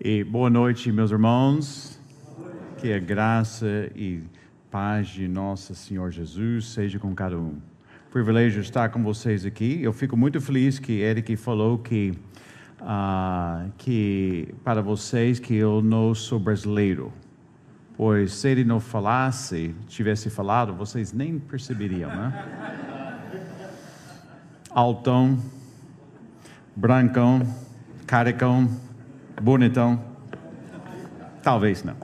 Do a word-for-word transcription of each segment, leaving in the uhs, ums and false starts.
E boa noite, meus irmãos. Que a graça e paz de nosso Senhor Jesus seja com cada um. Privilégio estar com vocês aqui. Eu fico muito feliz que Eric falou que, uh, que para vocês que eu não sou brasileiro. Pois se ele não falasse, tivesse falado, vocês nem perceberiam, né? Altão, brancão, caricão, bonitão, talvez não.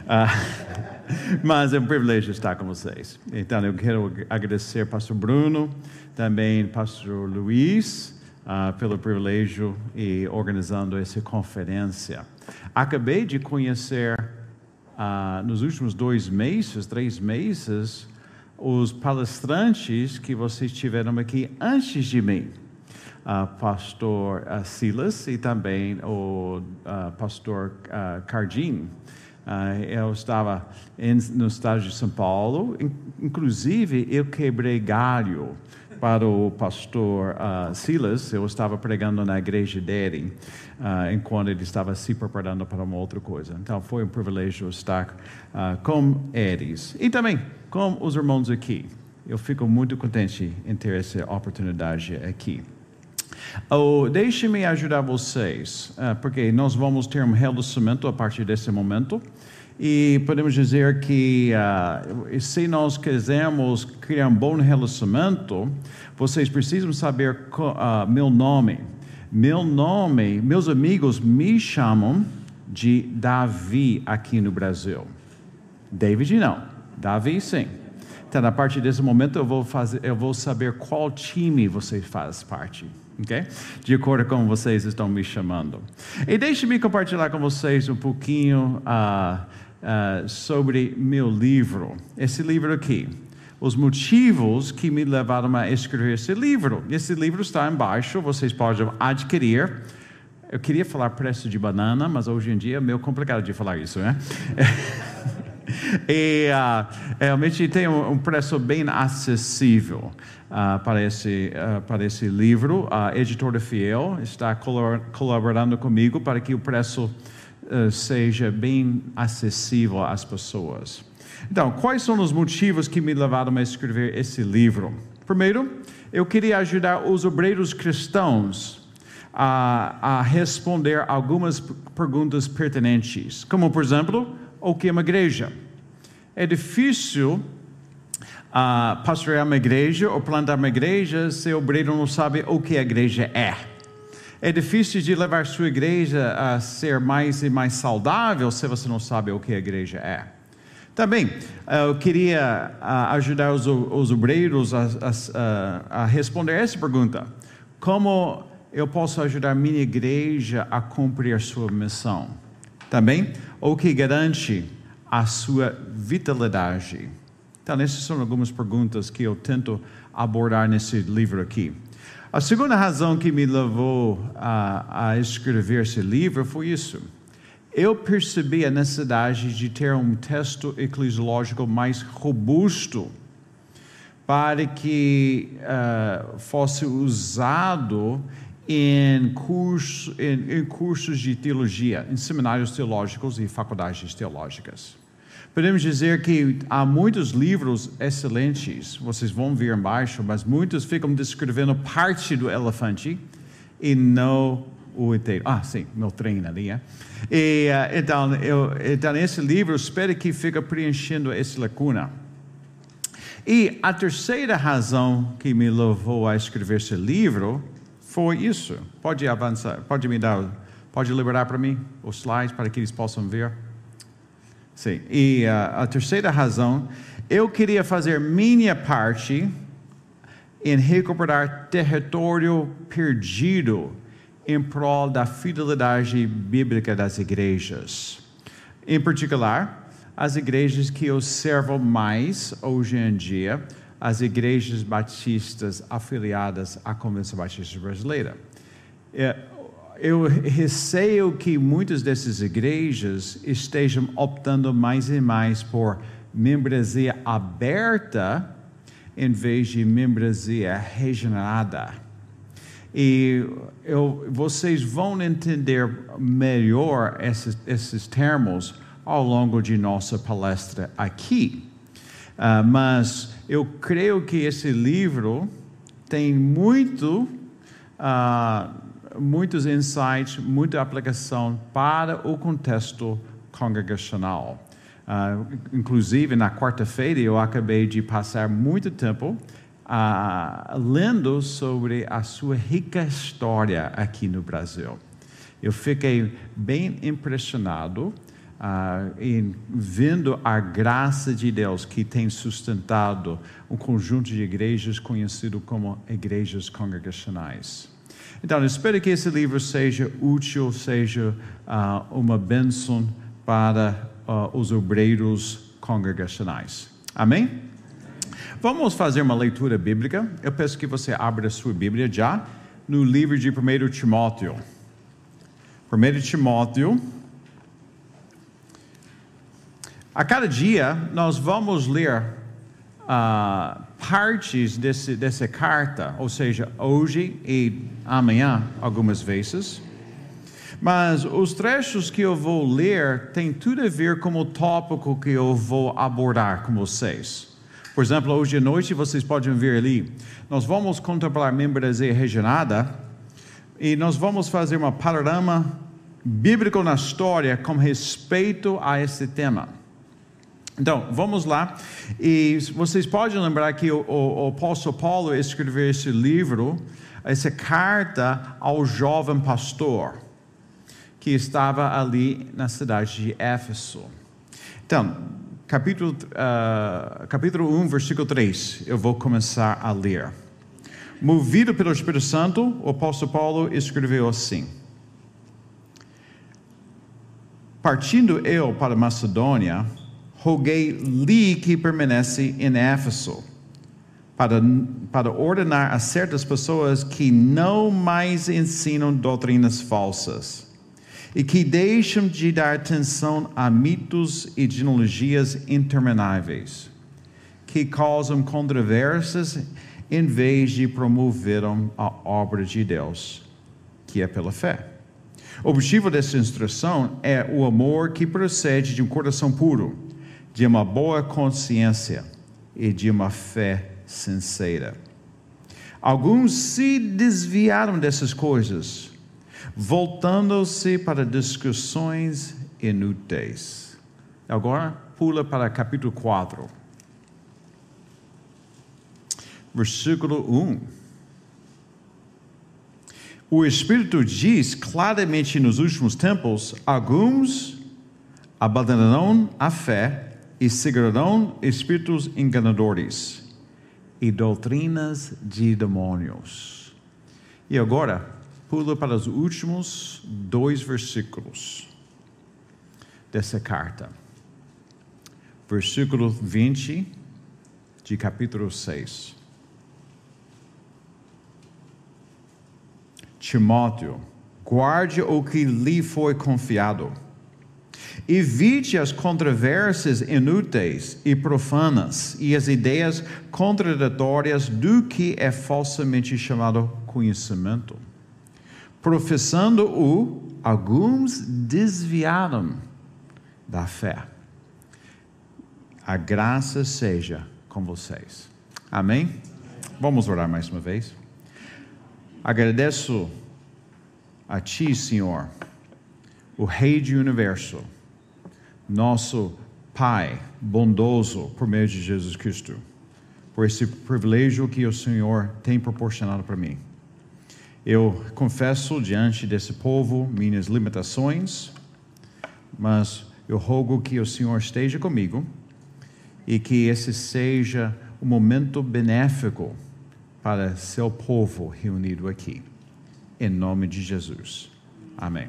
Uh, mas é um privilégio estar com vocês. Então eu quero agradecer pastor Bruno, também pastor Luiz, uh, pelo privilégio e organizando essa conferência. Acabei de conhecer, uh, nos últimos dois meses, três meses, os palestrantes que vocês tiveram aqui antes de mim. Uh, pastor uh, Silas e também o uh, pastor uh, Cardim. Uh, eu estava em, no estado de São Paulo, in, inclusive eu quebrei galho para o pastor uh, Silas. Eu estava pregando na igreja dele, uh, enquanto ele estava se preparando para uma outra coisa. Então foi um privilégio estar uh, com eles e também com os irmãos aqui. Eu fico muito contente em ter essa oportunidade aqui. Oh, deixe-me ajudar vocês, uh, porque nós vamos ter um relacionamento a partir desse momento, e podemos dizer que uh, se nós quisermos criar um bom relacionamento, vocês precisam saber uh, meu nome. Meu nome, meus amigos me chamam de Davi aqui no Brasil. David não, Davi sim. Então, a partir desse momento eu vou, fazer, eu vou saber qual time você faz parte. Okay? De acordo com vocês estão me chamando. E deixe-me compartilhar com vocês um pouquinho uh, uh, sobre meu livro. Esse livro aqui. Os motivos que me levaram a escrever esse livro. Esse livro está embaixo, vocês podem adquirir. Eu queria falar preço de banana, mas hoje em dia é meio complicado de falar isso, né? E uh, realmente tem um, um preço bem acessível uh, para, esse, uh, para esse livro. A editora Fiel está colaborando comigo para que o preço uh, seja bem acessível às pessoas. Então, quais são os motivos que me levaram a escrever esse livro? Primeiro, eu queria ajudar os obreiros cristãos a, a responder algumas perguntas pertinentes, como, por exemplo, o que é uma igreja? É difícil uh, pastorear uma igreja ou plantar uma igreja se o obreiro não sabe o que a igreja é. É difícil de levar sua igreja a ser mais e mais saudável se você não sabe o que a igreja é. Também, uh, eu queria uh, ajudar os, os obreiros a, a, a responder essa pergunta. Como eu posso ajudar minha igreja a cumprir a sua missão? Também, o que garante a sua vitalidade? Então, essas são algumas perguntas que eu tento abordar nesse livro aqui. A segunda razão que me levou a, a escrever esse livro foi isso. Eu percebi a necessidade de ter um texto eclesiológico mais robusto para que uh, fosse usado Em, curso, em, em cursos de teologia, em seminários teológicos e faculdades teológicas. Podemos dizer que há muitos livros excelentes, vocês vão ver embaixo, mas muitos ficam descrevendo parte do elefante e não o inteiro. Ah, sim, meu trem ali, é? E, uh, então, eu, então, esse livro, espero que fique preenchendo essa lacuna. E a terceira razão que me levou a escrever esse livro foi isso. Pode avançar, pode me dar, pode liberar para mim os slides para que eles possam ver. Sim. E uh, a terceira razão, eu queria fazer minha parte em recuperar território perdido em prol da fidelidade bíblica das igrejas. Em particular, as igrejas que eu servo mais hoje em dia, as igrejas batistas afiliadas à Convenção Batista Brasileira. Eu receio que muitas dessas igrejas estejam optando mais e mais por membresia aberta em vez de membresia regenerada. E eu, vocês vão entender melhor esses, esses termos ao longo de nossa palestra aqui. Uh, mas eu creio que esse livro tem muito, uh, muitos insights, muita aplicação para o contexto congregacional. Uh, inclusive, na quarta-feira, eu acabei de passar muito tempo Uh, lendo sobre a sua rica história aqui no Brasil. Eu fiquei bem impressionado uh, em vendo a graça de Deus que tem sustentado um conjunto de igrejas conhecido como igrejas congregacionais. Então, eu espero que esse livro seja útil, seja uh, uma bênção para uh, os obreiros congregacionais. Amém? Vamos fazer uma leitura bíblica. Eu peço que você abra a sua Bíblia já no livro de primeiro Timóteo. primeiro Timóteo. A cada dia nós vamos ler uh, partes desse, dessa carta, ou seja, hoje e amanhã, algumas vezes. Mas os trechos que eu vou ler têm tudo a ver com o tópico que eu vou abordar com vocês. Por exemplo, hoje à noite, vocês podem ver ali, nós vamos contemplar membresia regenerada e nós vamos fazer um panorama bíblico na história com respeito a esse tema. Então, vamos lá. E vocês podem lembrar que o, o, o apóstolo Paulo escreveu esse livro, essa carta ao jovem pastor, que estava ali na cidade de Éfeso. Então, Capítulo, uh, capítulo um, versículo três, eu vou começar a ler. Movido pelo Espírito Santo, o apóstolo Paulo escreveu assim: Partindo eu para Macedônia, roguei-lhe que permanece em Éfeso, para, para ordenar a certas pessoas que não mais ensinam doutrinas falsas, e que deixam de dar atenção a mitos e genealogias intermináveis, que causam controvérsias em vez de promoverem a obra de Deus, que é pela fé. O objetivo dessa instrução é o amor que procede de um coração puro, de uma boa consciência e de uma fé sincera. Alguns se desviaram dessas coisas, voltando-se para discussões inúteis. Agora, pula para capítulo quatro. Versículo um. O Espírito diz claramente nos últimos tempos, alguns abandonarão a fé e seguirão espíritos enganadores e doutrinas de demônios. E agora, pula para os últimos dois versículos dessa carta. Versículo vinte de capítulo seis. Timóteo, guarde o que lhe foi confiado. Evite as controvérsias inúteis e profanas e as ideias contraditórias do que é falsamente chamado conhecimento. Professando-o, alguns desviaram da fé. A graça seja com vocês. Amém? Vamos orar mais uma vez. Agradeço a Ti, Senhor, o Rei do Universo, nosso Pai bondoso por meio de Jesus Cristo, por esse privilégio que o Senhor tem proporcionado para mim. Eu confesso diante desse povo minhas limitações, mas eu rogo que o Senhor esteja comigo e que esse seja um momento benéfico para seu povo reunido aqui. Em nome de Jesus. Amém.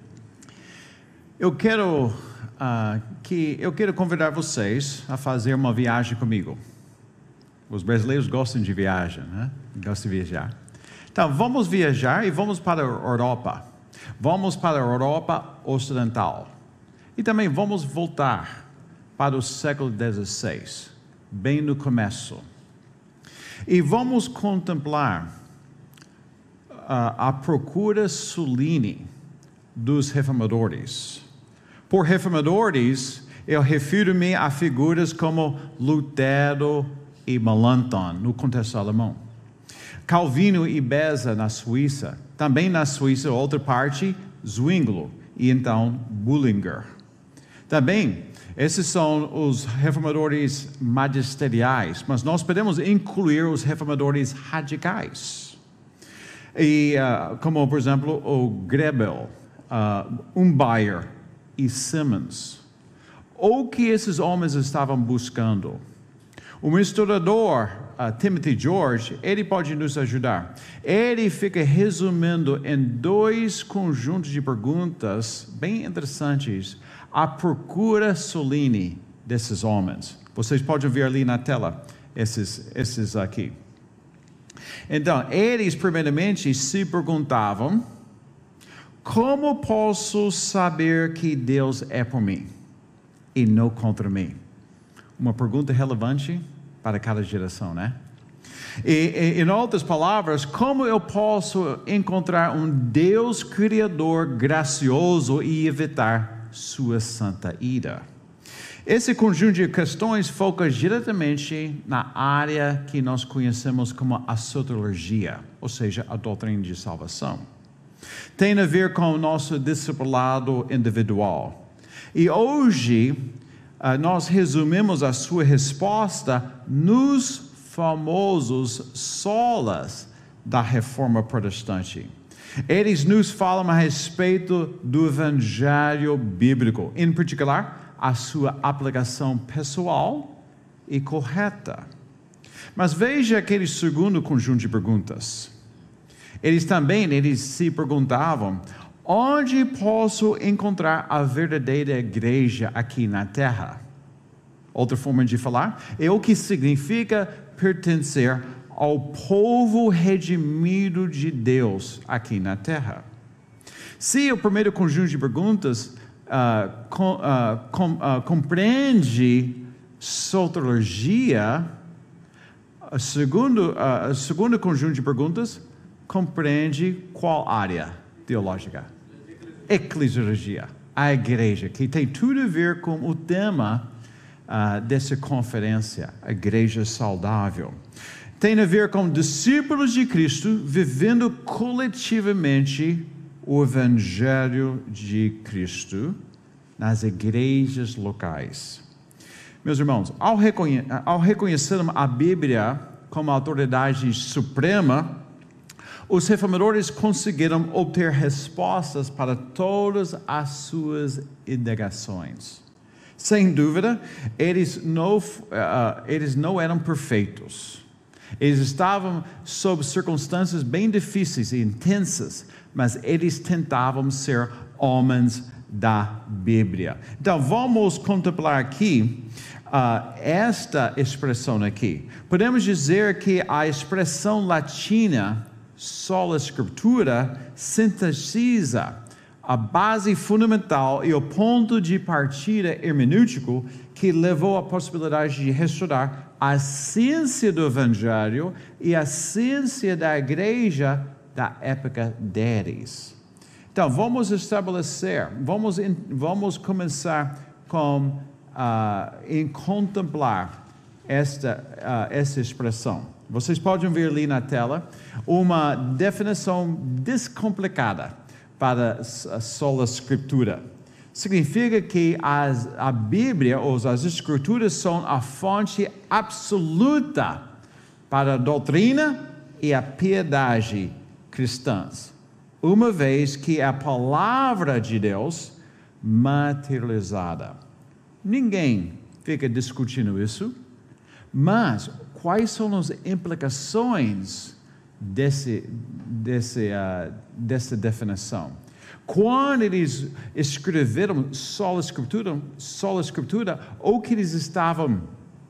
Eu quero, uh, que, eu quero convidar vocês a fazer uma viagem comigo. Os brasileiros gostam de viagem, né? Gostam de viajar. Então, vamos viajar e vamos para a Europa. Vamos para a Europa Ocidental. E também vamos voltar para o século dezesseis, bem no começo. E vamos contemplar a, a procura solene dos reformadores. Por reformadores, eu refiro-me a figuras como Lutero e Melanchthon, no contexto alemão. Calvino e Beza, na Suíça. Também na Suíça, outra parte, Zwinglio e então Bullinger. Também, esses são os reformadores magisteriais, mas nós podemos incluir os reformadores radicais. E, uh, como, por exemplo, o Grebel, uh, Umbayer e Simmons. O que esses homens estavam buscando? O historiador uh, Timothy George, ele pode nos ajudar. Ele fica resumindo em dois conjuntos de perguntas bem interessantes a procura solene desses homens. Vocês podem ver ali na tela esses, esses aqui. Então, eles primeiramente se perguntavam: como posso saber que Deus é por mim e não contra mim? Uma pergunta relevante para cada geração, né? E, e, em outras palavras, como eu posso encontrar um Deus criador gracioso e evitar sua santa ira? Esse conjunto de questões foca diretamente na área que nós conhecemos como a soteriologia, ou seja, a doutrina de salvação. Tem a ver com o nosso discipulado individual. E hoje, uh, nós resumimos a sua resposta nos famosos solas da Reforma Protestante. Eles nos falam a respeito do Evangelho Bíblico, em particular, a sua aplicação pessoal e correta. Mas veja aquele segundo conjunto de perguntas. Eles também, eles se perguntavam: onde posso encontrar a verdadeira igreja aqui na terra? Outra forma de falar é o que significa pertencer ao povo redimido de Deus aqui na terra. Se o primeiro conjunto de perguntas uh, com, uh, com, uh, compreende soteriologia, o segundo, uh, o segundo conjunto de perguntas compreende qual área teológica? Eclesiologia, a igreja, que tem tudo a ver com o tema uh, dessa conferência, a igreja saudável. Tem a ver com discípulos de Cristo vivendo coletivamente o Evangelho de Cristo nas igrejas locais. Meus irmãos, ao, reconhe- ao reconhecer a Bíblia como autoridade suprema, os reformadores conseguiram obter respostas para todas as suas indagações. Sem dúvida, eles não, uh, eles não eram perfeitos. Eles estavam sob circunstâncias bem difíceis e intensas, mas eles tentavam ser homens da Bíblia. Então, vamos contemplar aqui uh, esta expressão aqui. Podemos dizer que a expressão latina sola escritura sintetiza a base fundamental e o ponto de partida hermenêutico que levou à possibilidade de restaurar a ciência do Evangelho e a ciência da igreja da época deles. Então, vamos estabelecer, vamos, vamos começar com, uh, em contemplar esta, uh, essa expressão. Vocês podem ver ali na tela uma definição descomplicada para a sola escritura. Significa que as, a Bíblia ou as Escrituras são a fonte absoluta para a doutrina e a piedade cristãs, uma vez que é a palavra de Deus materializada. Ninguém fica discutindo isso, mas quais são as implicações desse, desse, uh, dessa definição? Quando eles escreveram sola escritura, sola escritura, o que eles estavam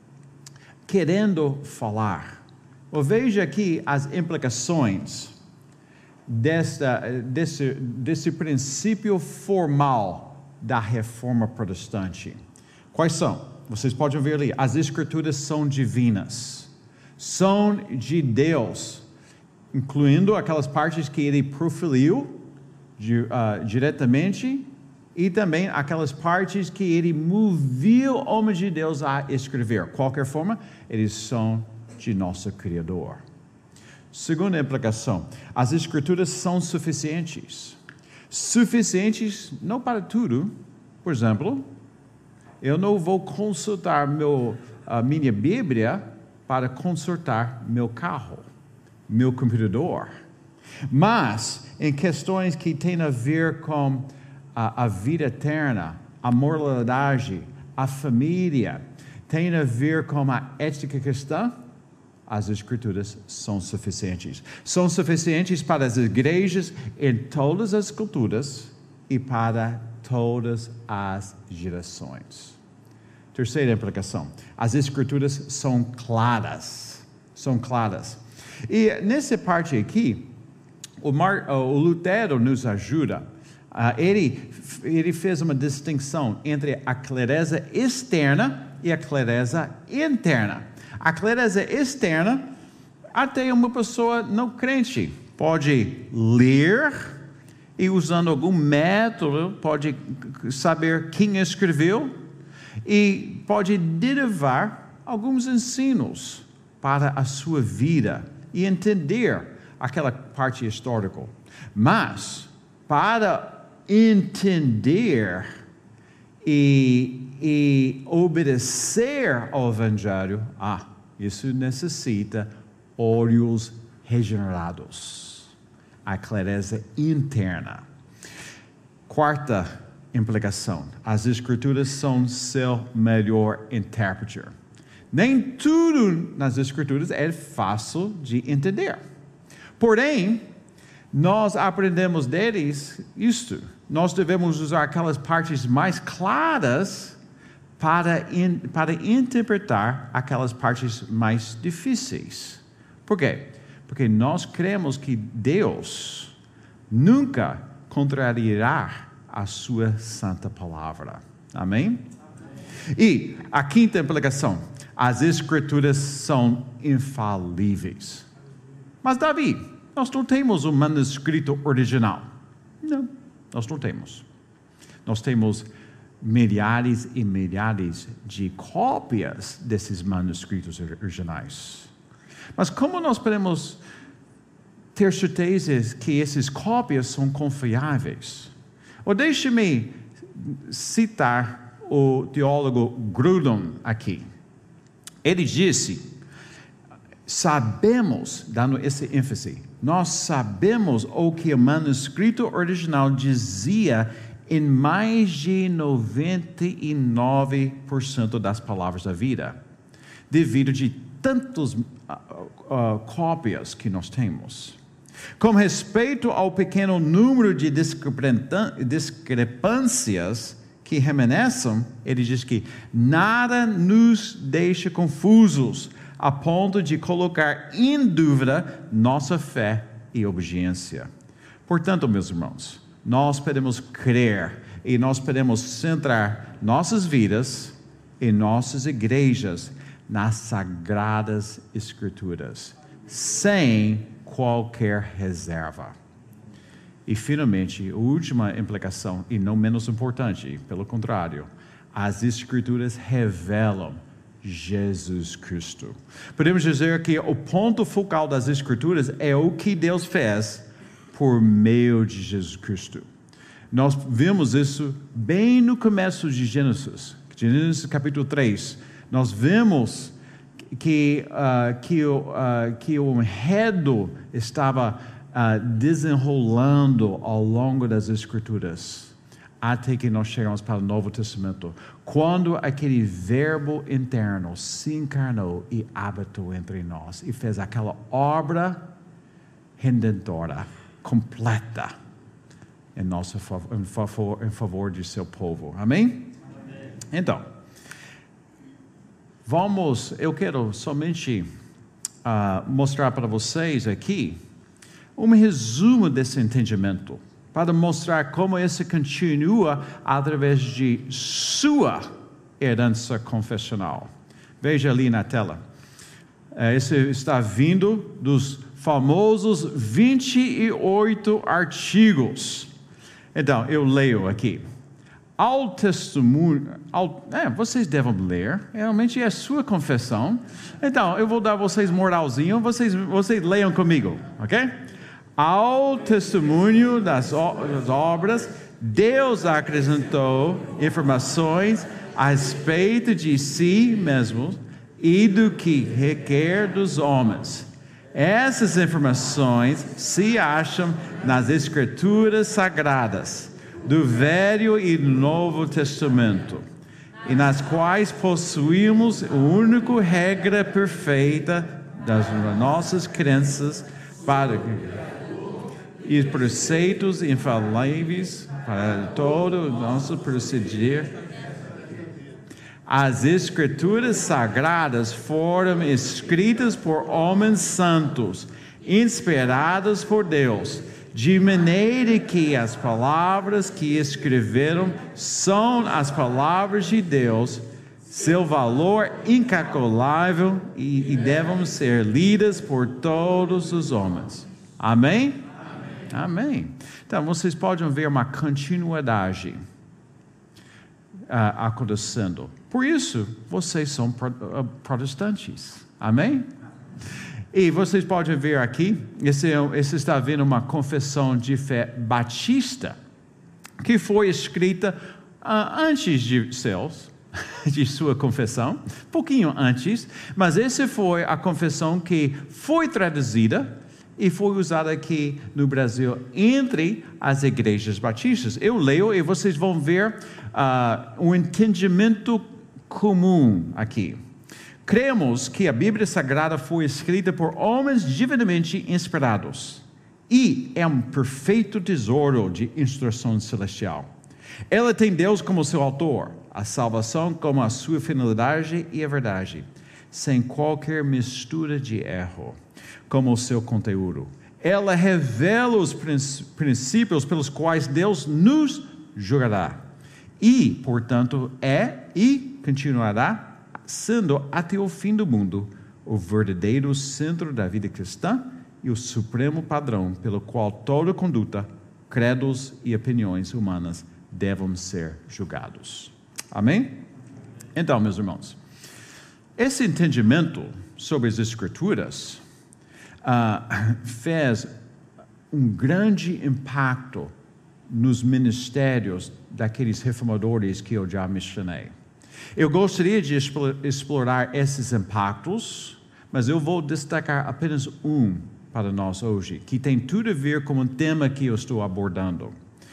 querendo falar? Ou veja aqui as implicações desta, desse, desse princípio formal da Reforma Protestante. Quais são? Vocês podem ver ali. As Escrituras são divinas, são de Deus incluindo aquelas partes que ele proferiu de, uh, diretamente, e também aquelas partes que ele moveu homens de Deus a escrever. De qualquer forma, eles são de nosso Criador. Segunda implicação, as Escrituras são suficientes. Suficientes não para tudo. Por exemplo, eu não vou consultar meu, a minha Bíblia para consertar meu carro, meu computador. Mas, em questões que têm a ver com a, a vida eterna, a moralidade, a família, tem a ver com a ética cristã, as Escrituras são suficientes. São suficientes para as igrejas em todas as culturas e para todas as gerações. Terceira implicação, as Escrituras são claras. São claras. E nessa parte aqui, o, Mar, o Lutero nos ajuda. Uh, ele, ele fez uma distinção entre a clareza externa e a clareza interna. A clareza externa, até uma pessoa não crente pode ler e, usando algum método, pode saber quem escreveu e pode derivar alguns ensinos para a sua vida e entender aquela parte histórica. Mas, para entender e, e obedecer ao Evangelho, ah, isso necessita olhos regenerados, a clareza interna. Quarta implicação, as Escrituras são seu melhor intérprete. Nem tudo nas Escrituras é fácil de entender. Porém, nós aprendemos deles isto. Nós devemos usar aquelas partes mais claras para, in, para interpretar aquelas partes mais difíceis. Por quê? Porque nós cremos que Deus nunca contrariará a sua santa palavra. Amém? E a quinta implicação, as Escrituras são infalíveis. Mas Davi, nós não temos um manuscrito original. Não, nós não temos. Nós temos milhares e milhares de cópias desses manuscritos originais. Mas como nós podemos ter certeza que essas cópias são confiáveis? Ou deixe-me citar o teólogo Grudem aqui. Ele disse, sabemos, dando esse ênfase, nós sabemos o que o manuscrito original dizia em mais de noventa e nove por cento das palavras da vida, devido de tantas uh, uh, cópias que nós temos. Com respeito ao pequeno número de discrepâncias que remanescem, ele diz que nada nos deixa confusos, a ponto de colocar em dúvida nossa fé e obediência. Portanto, meus irmãos, nós podemos crer e nós podemos centrar nossas vidas e nossas igrejas nas Sagradas Escrituras, sem qualquer reserva. E, finalmente, a última implicação, e não menos importante, pelo contrário, as Escrituras revelam Jesus Cristo. Podemos dizer que o ponto focal das Escrituras é o que Deus fez por meio de Jesus Cristo. Nós vimos isso bem no começo de Gênesis, Gênesis capítulo três. Nós vimos que, uh, que, uh, que o enredo estava uh, desenrolando ao longo das Escrituras, até que nós chegamos para o Novo Testamento, quando aquele verbo interno se encarnou e habitou entre nós, e fez aquela obra redentora, completa, em nosso favor, em favor, em favor de seu povo. Amém? Amém. Então, vamos, eu quero somente uh, mostrar para vocês aqui um resumo desse entendimento, para mostrar como esse continua através de sua herança confessional. Veja ali na tela. Esse está vindo dos famosos vinte e oito artigos. Então, eu leio aqui. Ao testemunho, ao, é, vocês devem ler, realmente é a sua confissão. Então, eu vou dar vocês moralzinho, vocês, vocês leiam comigo, ok? Ao testemunho das, das obras, Deus acrescentou informações a respeito de si mesmo e do que requer dos homens. Essas informações se acham nas Escrituras Sagradas, do Velho e Novo Testamento, e nas quais possuímos a única regra perfeita das nossas crenças para e preceitos infalíveis para todo o nosso proceder. As Escrituras Sagradas foram escritas por homens santos, inspiradas por Deus, de maneira que as palavras que escreveram são as palavras de Deus, seu valor incalculável e, e devem ser lidas por todos os homens. Amém? Amém? Amém. Então, vocês podem ver uma continuidade uh, acontecendo. Por isso, vocês são protestantes. Amém? E vocês podem ver aqui, esse, esse está vendo uma confissão de fé batista, que foi escrita uh, antes de seus, de sua confissão, pouquinho antes, mas essa foi a confissão que foi traduzida e foi usada aqui no Brasil entre as igrejas batistas. Eu leio e vocês vão ver uh, um entendimento comum aqui. Cremos que a Bíblia Sagrada foi escrita por homens divinamente inspirados e é um perfeito tesouro de instrução celestial. Ela tem Deus como seu autor, a salvação como a sua finalidade e a verdade, sem qualquer mistura de erro, como o seu conteúdo. Ela revela os princípios pelos quais Deus nos julgará e, portanto, é e continuará sendo até o fim do mundo o verdadeiro centro da vida cristã e o supremo padrão pelo qual toda conduta, credos e opiniões humanas devem ser julgados. Amém? Então, meus irmãos, esse entendimento sobre as Escrituras uh, fez um grande impacto nos ministérios daqueles reformadores que eu já mencionei. Eu gostaria de explorar esses impactos, mas eu vou destacar apenas um para nós hoje, que tem tudo a ver com o tema que eu estou abordando.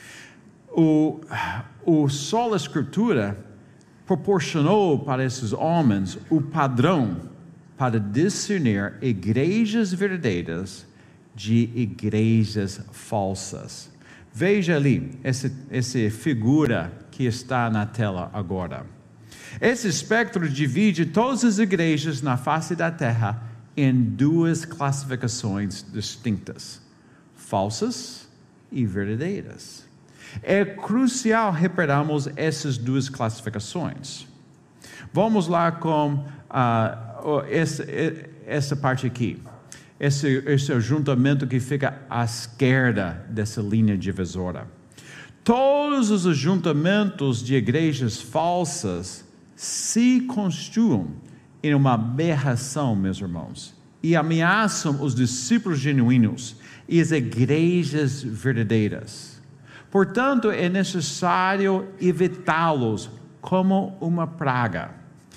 O, o Sola Escritura proporcionou para esses homens o padrão para discernir igrejas verdadeiras de igrejas falsas. Veja ali, essa, essa figura que está na tela agora. Esse espectro divide todas as igrejas na face da terra em duas classificações distintas: falsas e verdadeiras. É crucial repararmos essas duas classificações. Vamos lá com uh, essa, essa parte aqui. Esse, esse ajuntamento que fica à esquerda dessa linha divisória. Todos os ajuntamentos de igrejas falsas se constituem em uma aberração, meus irmãos, e ameaçam os discípulos genuínos e as igrejas verdadeiras. Portanto, é necessário evitá-los como uma praga.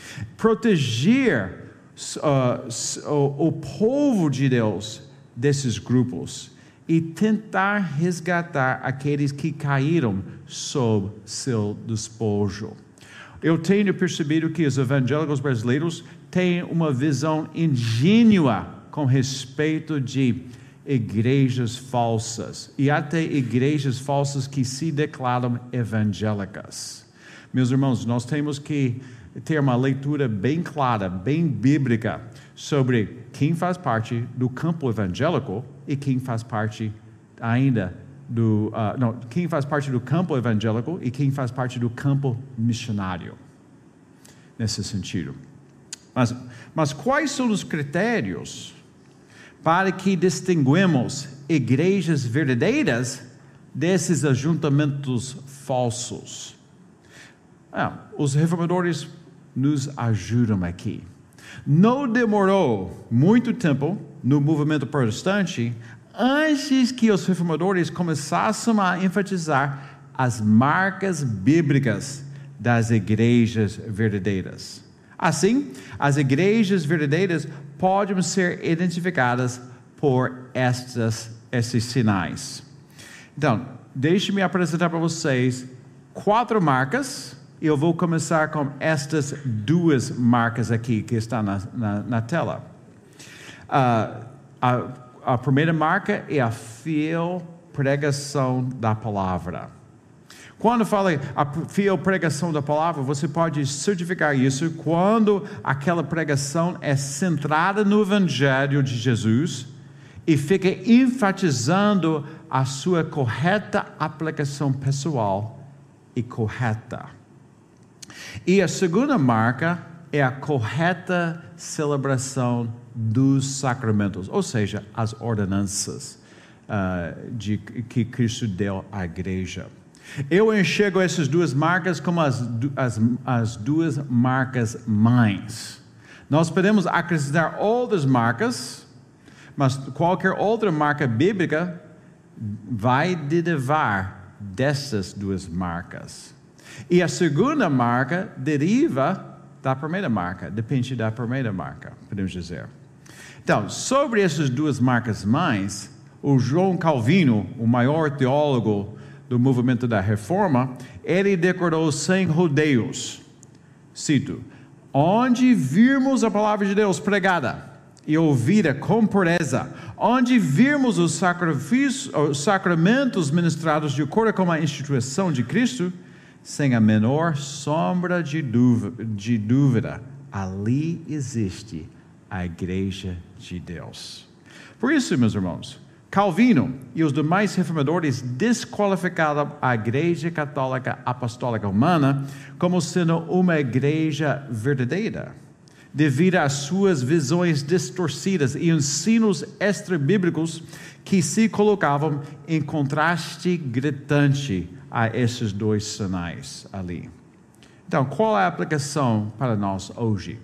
Proteger uh, o, o povo de Deus desses grupos e tentar resgatar aqueles que caíram sob seu despojo. Eu tenho percebido que os evangélicos brasileiros têm uma visão ingênua com respeito de igrejas falsas e até igrejas falsas que se declaram evangélicas. Meus irmãos, nós temos que ter uma leitura bem clara, bem bíblica sobre quem faz parte do campo evangélico e quem faz parte ainda do, uh, não, quem faz parte do campo evangélico e quem faz parte do campo missionário, nesse sentido. Mas, mas quais são os critérios para que distinguimos igrejas verdadeiras desses ajuntamentos falsos. Ah, os reformadores nos ajudam aqui. Não demorou muito tempo no movimento protestante antes que os reformadores começassem a enfatizar as marcas bíblicas das igrejas verdadeiras. Assim, as igrejas verdadeiras podem ser identificadas por estas, esses sinais. Então, deixe-me apresentar para vocês quatro marcas. Eu vou começar com estas duas marcas aqui que estão na, na, na tela. Uh, a, a primeira marca é a fiel pregação da palavra. Quando fala a fiel pregação da palavra, você pode certificar isso quando aquela pregação é centrada no Evangelho de Jesus e fica enfatizando a sua correta aplicação pessoal e correta. E a segunda marca é a correta celebração dos sacramentos, ou seja, as ordenanças uh, de, que Cristo deu à igreja. Eu enxergo essas duas marcas como as, as, as duas marcas mães. Nós podemos acrescentar outras marcas, mas qualquer outra marca bíblica vai derivar dessas duas marcas. E a segunda marca deriva da primeira marca, depende da primeira marca, podemos dizer. Então, sobre essas duas marcas mães, o João Calvino, o maior teólogo do movimento da Reforma, ele declarou sem rodeios, cito, onde virmos a palavra de Deus pregada e ouvida com pureza, onde virmos os, sacrifícios, os sacramentos ministrados de acordo com a instituição de Cristo, sem a menor sombra de dúvida, de dúvida, ali existe a igreja de Deus. Por isso, meus irmãos, Calvino e os demais reformadores desqualificaram a Igreja Católica Apostólica Romana como sendo uma igreja verdadeira, devido às suas visões distorcidas e ensinos extra-bíblicos que se colocavam em contraste gritante a esses dois sinais ali. Então, qual é a aplicação para nós hoje?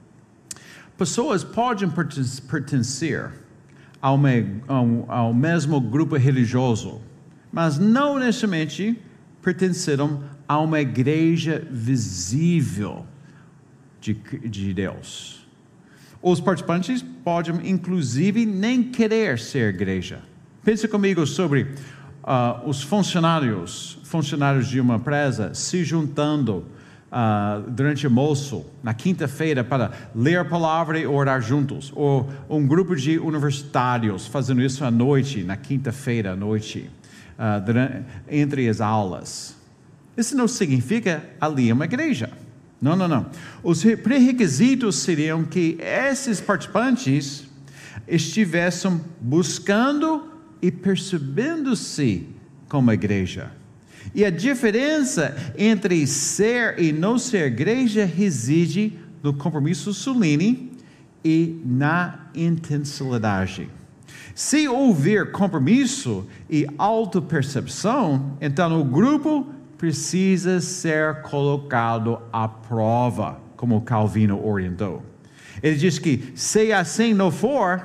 Pessoas podem pertencer Ao, me, ao, ao mesmo grupo religioso, mas não necessariamente pertenceram a uma igreja visível de, de Deus. Os participantes podem, inclusive, nem querer ser igreja. Pense comigo sobre uh, os funcionários, funcionários de uma empresa se juntando Uh, durante o almoço, na quinta-feira, para ler a palavra e orar juntos, ou um grupo de universitários fazendo isso à noite, na quinta-feira à noite, uh, durante, entre as aulas. Isso não significa ali é uma igreja. Não, não, não. Os pré-requisitos seriam que esses participantes estivessem buscando e percebendo-se como igreja. E a diferença entre ser e não ser igreja reside no compromisso solene e na intencionalidade. Se houver compromisso e autopercepção, então o grupo precisa ser colocado à prova, como Calvino orientou. Ele diz que, se assim não for,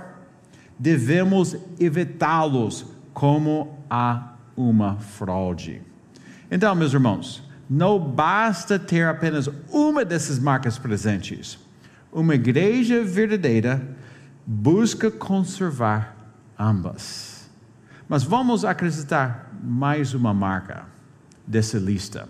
devemos evitá-los como há uma fraude. Então, meus irmãos, não basta ter apenas uma dessas marcas presentes. Uma igreja verdadeira busca conservar ambas. Mas vamos acrescentar mais uma marca dessa lista.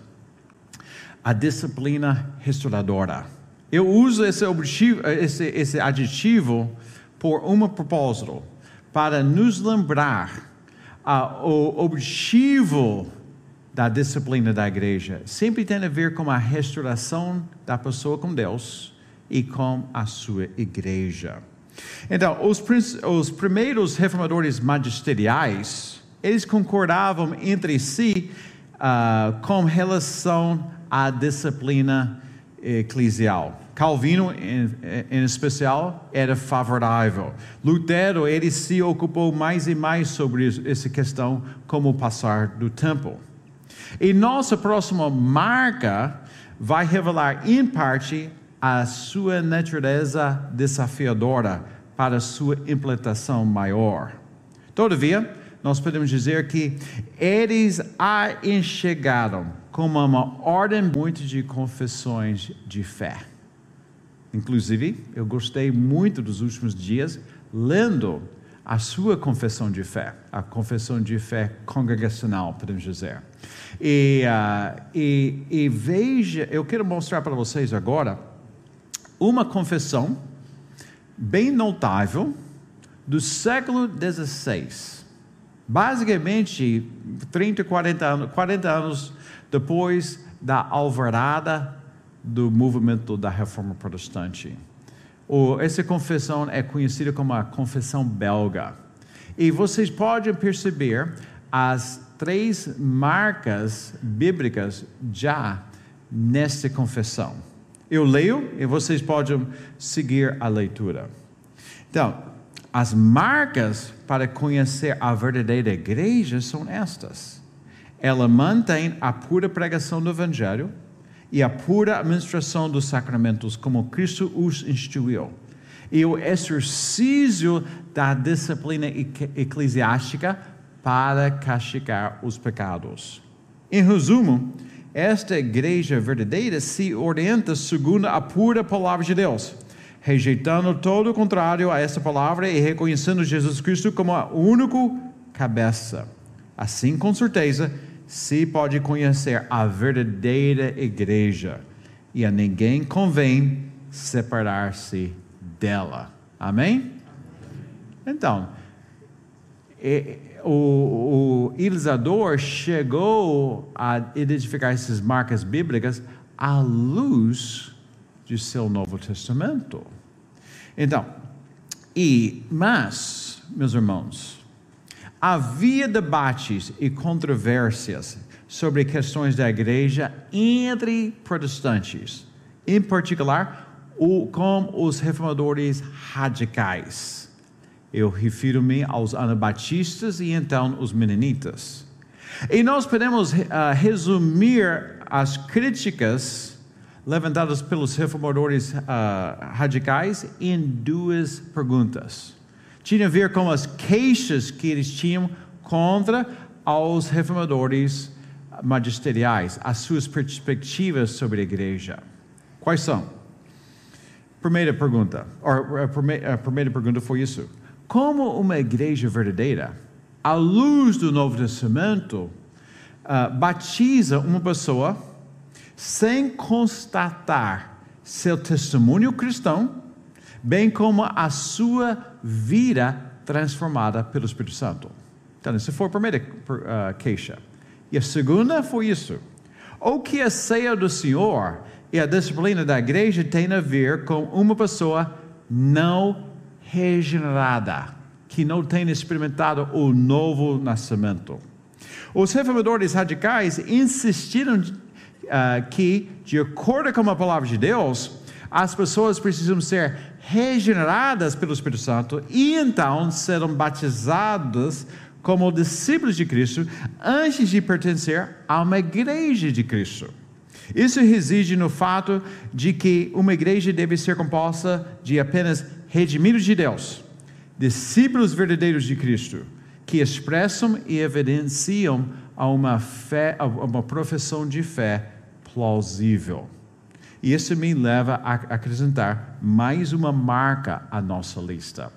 A disciplina restauradora. Eu uso esse, objetivo, esse, esse adjetivo por um propósito, para nos lembrar uh, o objetivo da disciplina da igreja sempre tem a ver com a restauração da pessoa com Deus e com a sua igreja. Então, os, os primeiros reformadores magisteriais, eles concordavam entre si uh, com relação à disciplina eclesial. Calvino, em, em especial, era favorável. Lutero, ele se ocupou mais e mais sobre essa questão, como o passar do tempo. E nossa próxima marca vai revelar, em parte, a sua natureza desafiadora para sua implantação maior. Todavia, nós podemos dizer que eles a enxergaram como uma ordem muito de confissões de fé. Inclusive, eu gostei muito dos últimos dias lendo a sua confissão de fé, a confissão de fé congregacional, podemos dizer. E, uh, e, e veja, eu quero mostrar para vocês agora uma confissão bem notável do século dezesseis. Basicamente, trinta, quarenta anos, quarenta anos depois da alvorada do movimento da Reforma Protestante. O, essa confissão é conhecida como a Confissão Belga. E vocês podem perceber as três marcas bíblicas já nesta confissão. Eu leio e vocês podem seguir a leitura. Então, as marcas para conhecer a verdadeira igreja são estas. Ela mantém a pura pregação do Evangelho e a pura administração dos sacramentos, como Cristo os instituiu. E o exercício da disciplina eclesiástica para castigar os pecados. Em resumo, esta igreja verdadeira se orienta segundo a pura palavra de Deus, rejeitando todo o contrário a essa palavra e reconhecendo Jesus Cristo como a única cabeça. Assim, com certeza, se pode conhecer a verdadeira igreja, e a ninguém convém separar-se dela. Amém? Então, e, o, o Ilisador chegou a identificar essas marcas bíblicas à luz de seu Novo Testamento. Então, e, mas, meus irmãos, havia debates e controvérsias sobre questões da igreja entre protestantes, em particular o, com os reformadores radicais. Eu refiro-me aos anabatistas e então os menonitas. E nós podemos uh, resumir as críticas levantadas pelos reformadores uh, radicais em duas perguntas. Tinha a ver com as queixas que eles tinham contra os reformadores magisteriais, as suas perspectivas sobre a igreja. Quais são? Primeira pergunta, ou a primeira, a primeira pergunta foi isso: como uma igreja verdadeira, à luz do Novo Testamento, uh, batiza uma pessoa sem constatar seu testemunho cristão, bem como a sua vida transformada pelo Espírito Santo? Então, essa foi a primeira uh, queixa. E a segunda foi isso: o que a ceia do Senhor e a disciplina da igreja tem a ver com uma pessoa não regenerada, que não tem experimentado o novo nascimento. Os reformadores radicais insistiram uh, que, de acordo com a palavra de Deus, as pessoas precisam ser regeneradas pelo Espírito Santo e então serão batizadas como discípulos de Cristo antes de pertencer a uma igreja de Cristo. Isso reside no fato de que uma igreja deve ser composta de apenas redimidos de Deus, discípulos verdadeiros de Cristo, que expressam e evidenciam a uma fé, a uma profissão de fé plausível. E isso me leva a acrescentar mais uma marca à nossa lista: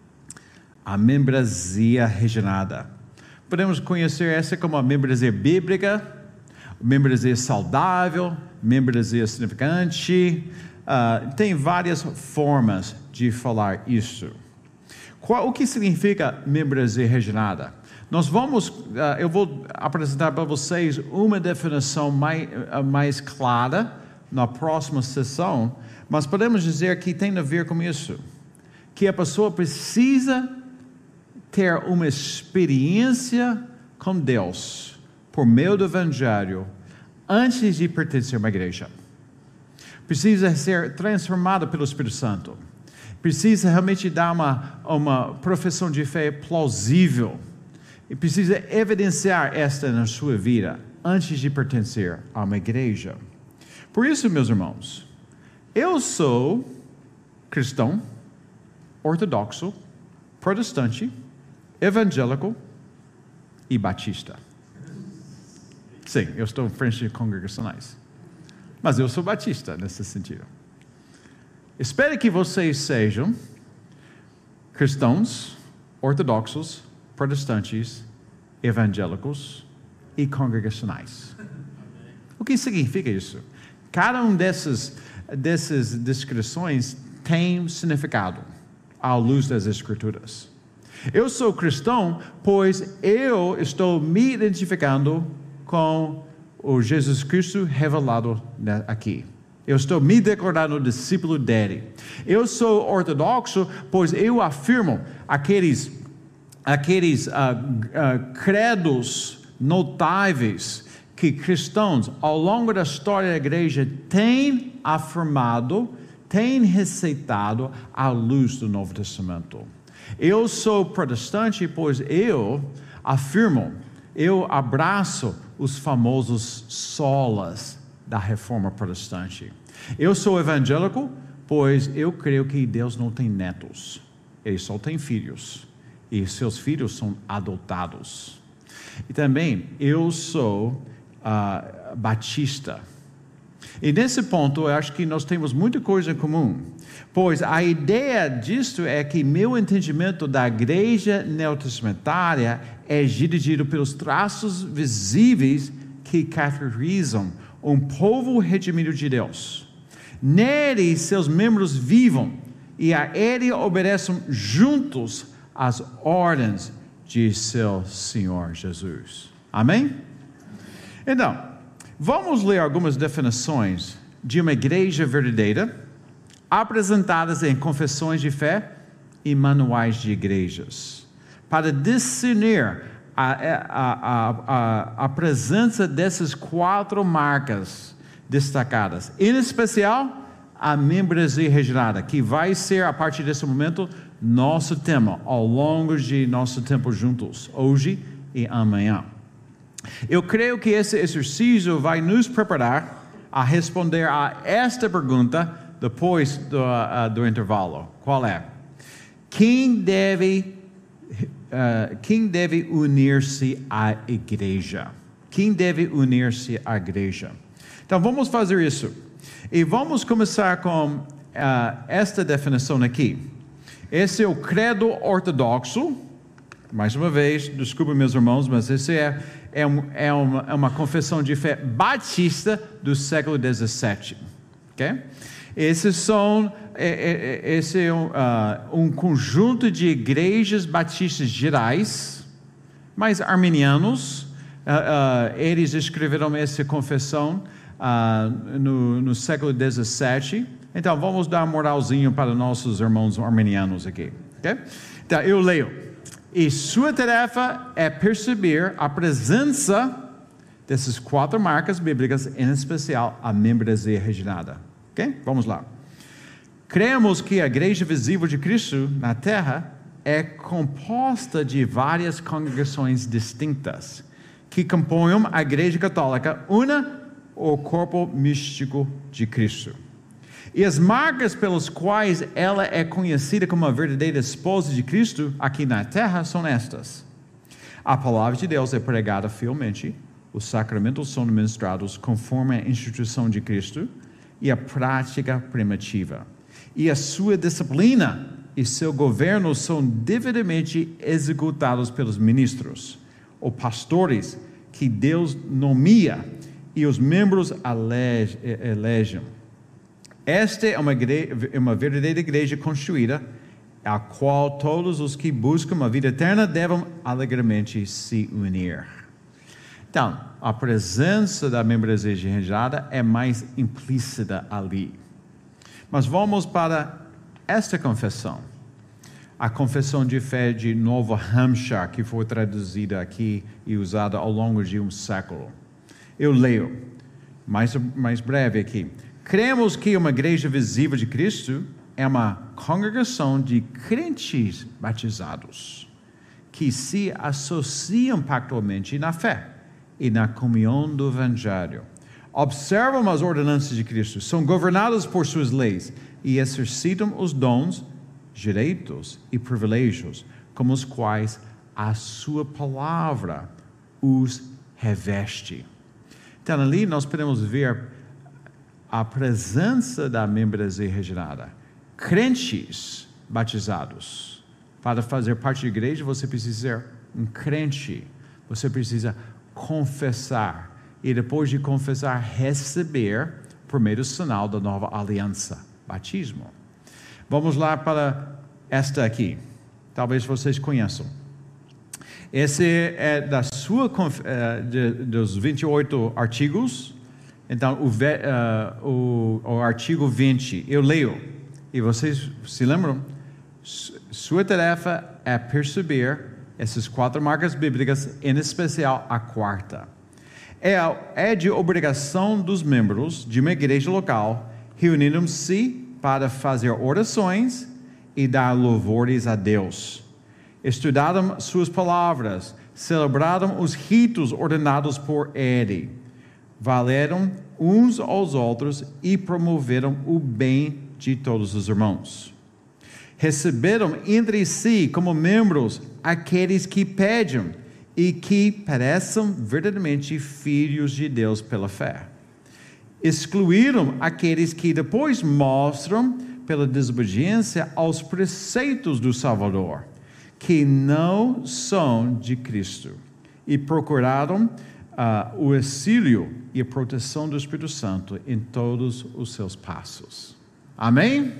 a membresia regenerada. Podemos conhecer essa como a membresia bíblica, membresia saudável, membresia significante. Uh, tem várias formas de falar isso. Qual, o que significa membresia regenerada? Nós vamos, uh, eu vou apresentar para vocês uma definição mais, uh, mais clara na próxima sessão, mas podemos dizer que tem a ver com isso, que a pessoa precisa ter uma experiência com Deus por meio do Evangelho antes de pertencer a uma igreja. precisa ser transformado pelo Espírito Santo, precisa realmente dar uma, uma profissão de fé plausível, e precisa evidenciar esta na sua vida, antes de pertencer a uma igreja. Por isso, meus irmãos, eu sou cristão, ortodoxo, protestante, evangélico e batista. Sim, eu estou em frente de congregacionais, mas eu sou batista nesse sentido. Espero que vocês sejam cristãos, ortodoxos, protestantes, evangélicos e congregacionais. O que significa isso? Cada um dessas, dessas descrições tem significado à luz das Escrituras. Eu sou cristão, pois eu estou me identificando com o Jesus Cristo revelado aqui. Eu estou me declarando discípulo dele. Eu sou ortodoxo, pois eu afirmo aqueles, aqueles uh, uh, credos notáveis que cristãos, ao longo da história da igreja, têm afirmado, têm receitado à luz do Novo Testamento. Eu sou protestante, pois eu afirmo, eu abraço os famosos solas da reforma protestante. Eu sou evangélico, pois eu creio que Deus não tem netos, Ele só tem filhos, e seus filhos são adotados. E também eu sou uh, batista. E nesse ponto eu acho que nós temos muita coisa em comum, pois a ideia disto é que meu entendimento da igreja neotestamentária é dirigido pelos traços visíveis que caracterizam um povo redimido de Deus. Nele seus membros vivam e a ele obedeçam juntos as ordens de seu Senhor Jesus. Amém? Então, vamos ler algumas definições de uma igreja verdadeira, apresentadas em confissões de fé e manuais de igrejas, para discernir a, a, a, a, a presença dessas quatro marcas destacadas, em especial a membresia regenerada, que vai ser a partir desse momento nosso tema ao longo de nosso tempo juntos, hoje e amanhã. Eu creio que esse exercício vai nos preparar a responder a esta pergunta depois do, uh, do intervalo. Qual é? Quem deve, uh, quem deve unir-se à igreja? Quem deve unir-se à igreja? Então vamos fazer isso. E vamos começar com uh, esta definição aqui. Esse é o credo ortodoxo. Mais uma vez, desculpe meus irmãos, mas esse é, é, um, é, uma, é uma confissão de fé batista do século dezessete. Okay? Esses são, é, é, esse é um, uh, um conjunto de igrejas batistas gerais, mas arminianos. Uh, uh, eles escreveram essa confissão uh, no, no século dezessete. Então, vamos dar um moralzinho para nossos irmãos arminianos aqui. Okay? Então, eu leio. E sua tarefa é perceber a presença dessas quatro marcas bíblicas, em especial a membresia regenerada. Ok? Vamos lá. Cremos que a igreja visível de Cristo na terra é composta de várias congregações distintas, que compõem a igreja católica, una o corpo místico de Cristo. E as marcas pelas quais ela é conhecida como a verdadeira esposa de Cristo aqui na terra são estas: a palavra de Deus é pregada fielmente, os sacramentos são ministrados conforme a instituição de Cristo e a prática primitiva, e a sua disciplina e seu governo são devidamente executados pelos ministros, ou pastores que Deus nomeia e os membros elegem. Esta é uma, igreja, uma verdadeira igreja construída, a qual todos os que buscam a vida eterna devem alegremente se unir. Então, a presença da membresia regenerada é mais implícita ali. Mas vamos para esta confissão. A confissão de fé de Novo Hampshire, que foi traduzida aqui e usada ao longo de um século. Eu leio, mais, mais breve aqui. Cremos que uma igreja visível de Cristo é uma congregação de crentes batizados, que se associam pactualmente na fé e na comunhão do Evangelho. Observam as ordenanças de Cristo, são governados por suas leis e exercitam os dons, direitos e privilégios como os quais a sua palavra os reveste. Então ali nós podemos ver a presença da membresia regenerada. Crentes batizados. Para fazer parte da igreja, você precisa ser um crente. Você precisa confessar. E depois de confessar, receber por meio do sinal da nova aliança. Batismo. Vamos lá para esta aqui. Talvez vocês conheçam. Esse é da sua, de, dos vinte e oito artigos. Então, o, uh, o, o artigo vinte, eu leio. E vocês se lembram? Sua tarefa é perceber essas quatro marcas bíblicas, em especial a quarta. É, é de obrigação dos membros de uma igreja local reuniram-se para fazer orações e dar louvores a Deus. Estudaram suas palavras, celebraram os ritos ordenados por Ele, valeram uns aos outros e promoveram o bem de todos os irmãos. Receberam entre si como membros aqueles que pedem e que pareçam verdadeiramente filhos de Deus pela fé. Excluíram aqueles que depois mostram pela desobediência aos preceitos do Salvador, que não são de Cristo, e procuraram uh, o auxílio e a proteção do Espírito Santo em todos os seus passos. Amém? Amém.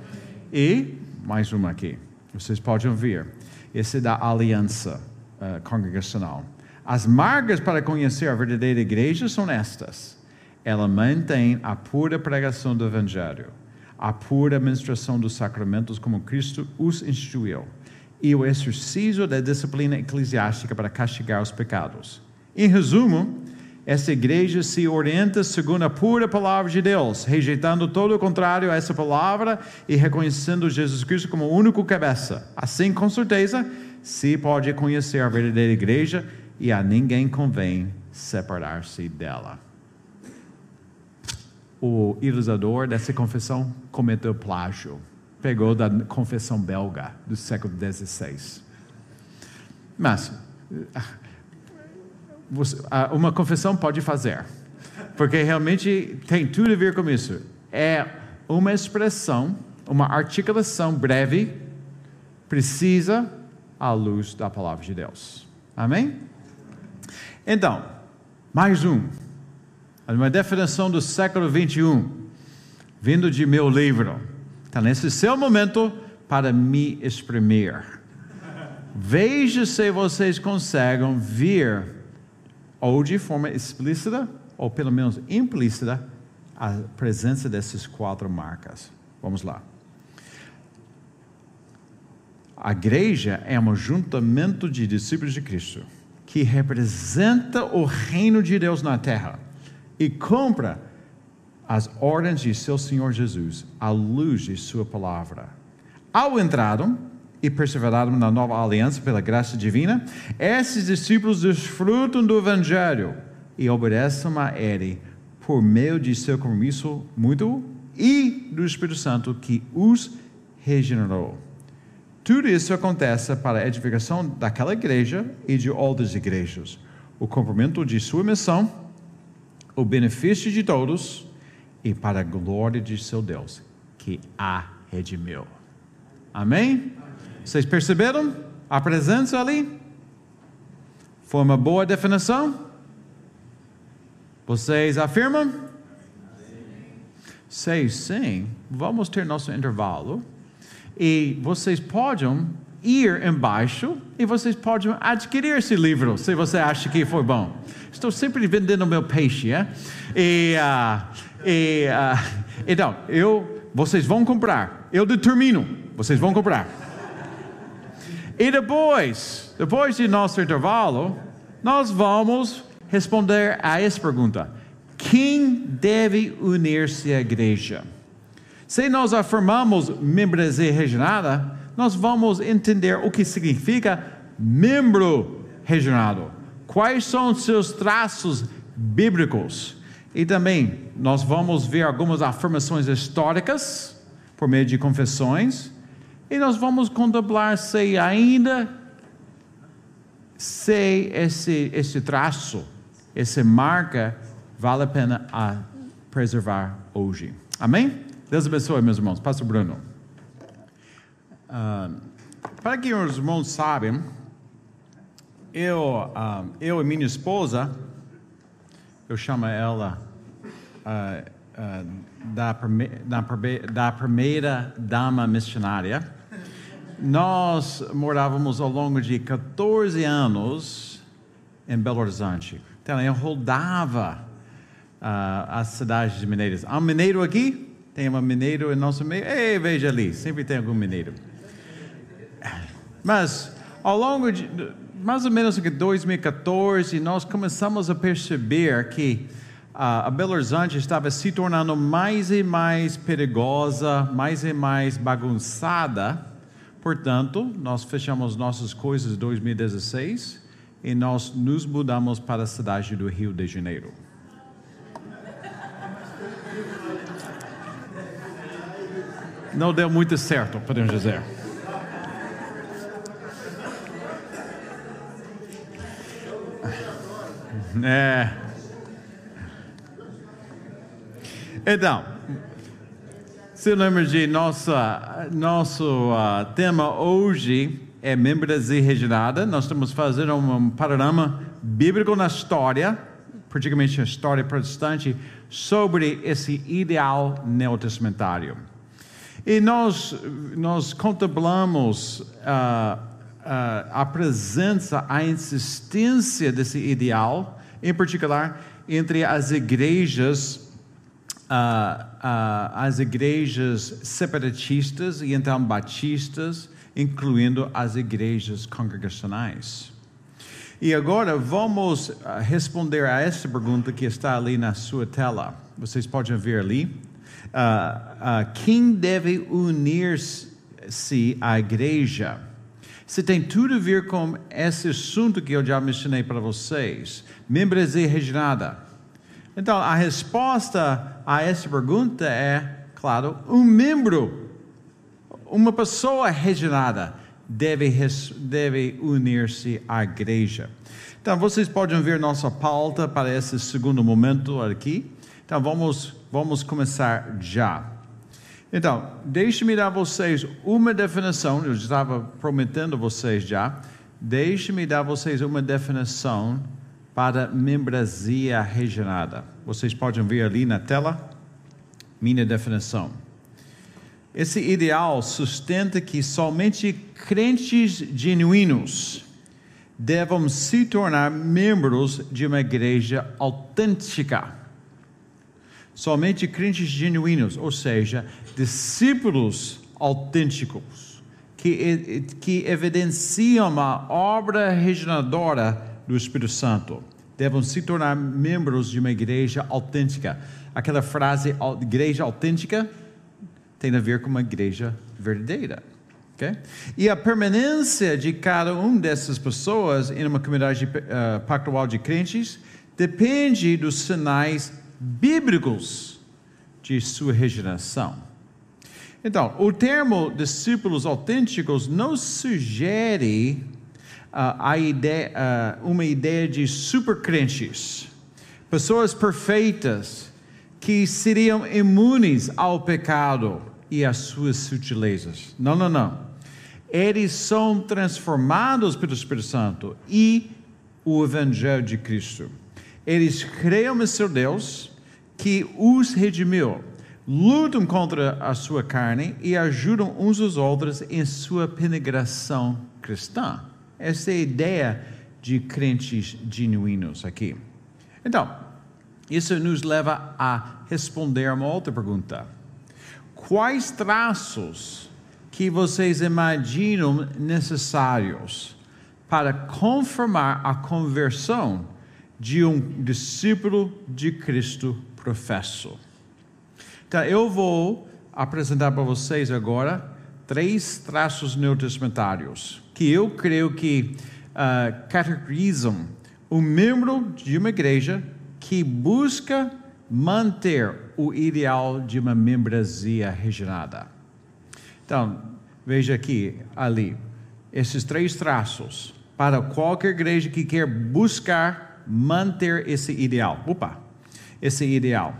E mais uma aqui, vocês podem ver, esse é da aliança uh, congregacional. As marcas para conhecer a verdadeira igreja são estas: ela mantém a pura pregação do Evangelho, a pura administração dos sacramentos como Cristo os instituiu, e o exercício da disciplina eclesiástica para castigar os pecados. Em resumo, essa igreja se orienta segundo a pura palavra de Deus, rejeitando todo o contrário a essa palavra e reconhecendo Jesus Cristo como o único cabeça. Assim, com certeza, se pode conhecer a verdadeira igreja e a ninguém convém separar-se dela. O idealizador dessa confissão cometeu plágio. Pegou da confissão belga do século dezesseis. Mas uma confissão pode fazer, porque realmente tem tudo a ver com isso. É uma expressão, uma articulação breve, precisa à luz da palavra de Deus. Amém? Então, mais um. Uma definição do século vinte e um, vindo de meu livro. Então, nesse seu momento, para me exprimir. Veja se vocês conseguem ver, ou de forma explícita, ou pelo menos implícita, a presença dessas quatro marcas. Vamos lá. A igreja é um ajuntamento de discípulos de Cristo, que representa o reino de Deus na terra, e cumpre as ordens de seu Senhor Jesus, à luz de sua palavra. Ao entraram e perseveraram na nova aliança pela graça divina, esses discípulos desfrutam do Evangelho e obedecem a Ele por meio de seu compromisso mútuo e do Espírito Santo que os regenerou. Tudo isso acontece para a edificação daquela igreja e de outras igrejas, o cumprimento de sua missão, o benefício de todos e para a glória de seu Deus, que a redimiu. Amém? Vocês perceberam a presença ali? Foi uma boa definição? Vocês afirmam? Sim, sim. Vamos ter nosso intervalo. E vocês podem ir embaixo e vocês podem adquirir esse livro, se você acha que foi bom. Estou sempre vendendo meu peixe, é? E, uh, e uh, então, eu, vocês vão comprar. Eu determino, vocês vão comprar. E depois, depois de nosso intervalo, nós vamos responder a essa pergunta: quem deve unir-se à igreja? Se nós afirmamos membresia regenerada, nós vamos entender o que significa membro regenerado. Quais são os seus traços bíblicos? E também nós vamos ver algumas afirmações históricas por meio de confissões. E nós vamos contemplar se ainda se esse, esse traço, essa marca, vale a pena a preservar hoje. Amém? Deus abençoe, meus irmãos. Pastor Bruno. Uh, para que os irmãos saibam, eu, uh, eu e minha esposa, eu chamo ela uh, uh, da, prime, da, da primeira dama missionária. Nós morávamos ao longo de quatorze anos em Belo Horizonte. Então, eu rodava uh, as cidades mineiras. Há um mineiro aqui? Tem um mineiro em nosso meio? Ei, veja ali, sempre tem algum mineiro. Mas, ao longo de, mais ou menos em dois mil e quatorze, nós começamos a perceber que uh, a Belo Horizonte estava se tornando mais e mais perigosa, mais e mais bagunçada. Portanto, nós fechamos nossas coisas em dois mil e dezesseis e nós nos mudamos para a cidade do Rio de Janeiro. Não deu muito certo, podemos dizer. É. Então, se lembra de nossa, nosso uh, tema hoje é membresia regenerada. Nós estamos fazendo um, um panorama bíblico na história, particularmente na história protestante, sobre esse ideal neotestamentário. E nós, nós contemplamos uh, uh, a presença, a insistência desse ideal, em particular entre as igrejas, uh, uh, as igrejas separatistas e então batistas, incluindo as igrejas congregacionais. E agora vamos uh, responder a essa pergunta que está ali na sua tela. Vocês podem ver ali. Uh, uh, quem deve unir-se à igreja? Isso tem tudo a ver com esse assunto que eu já mencionei para vocês, membresia regenerada. Então, a resposta a essa pergunta é, claro, um membro, uma pessoa regenerada deve, deve unir-se à igreja. Então, vocês podem ver nossa pauta para esse segundo momento aqui. Então, vamos, vamos começar já. Então, deixe-me dar a vocês uma definição, eu estava prometendo a vocês já, deixe-me dar a vocês uma definição para membresia regenerada. Vocês podem ver ali na tela, minha definição. Esse ideal sustenta que somente crentes genuínos devem se tornar membros de uma igreja autêntica. Somente crentes genuínos, ou seja, discípulos autênticos, que, que evidenciam a obra regeneradora do Espírito Santo, devem se tornar membros de uma igreja autêntica. Aquela frase, igreja autêntica, tem a ver com uma igreja verdadeira. Okay? E a permanência de cada uma dessas pessoas em uma comunidade uh, pactual de crentes depende dos sinais bíblicos de sua regeneração. Então, o termo discípulos autênticos não sugere uh, a ideia, uh, uma ideia de supercrentes, pessoas perfeitas que seriam imunes ao pecado e às suas sutilezas. Não, não, não. Eles são transformados pelo Espírito Santo e o Evangelho de Cristo. Eles creem no seu Deus, que os redimiu, lutam contra a sua carne e ajudam uns aos outros em sua peregrinação cristã. Essa é a ideia de crentes genuínos aqui. Então, isso nos leva a responder uma outra pergunta. Quais traços que vocês imaginam necessários para confirmar a conversão de um discípulo de Cristo professo. Então, eu vou apresentar para vocês agora três traços neotestamentários que eu creio que uh, caracterizam um membro de uma igreja que busca manter o ideal de uma membresia regenerada. Então, veja aqui, ali, esses três traços para qualquer igreja que quer buscar manter esse ideal. Opa, esse ideal.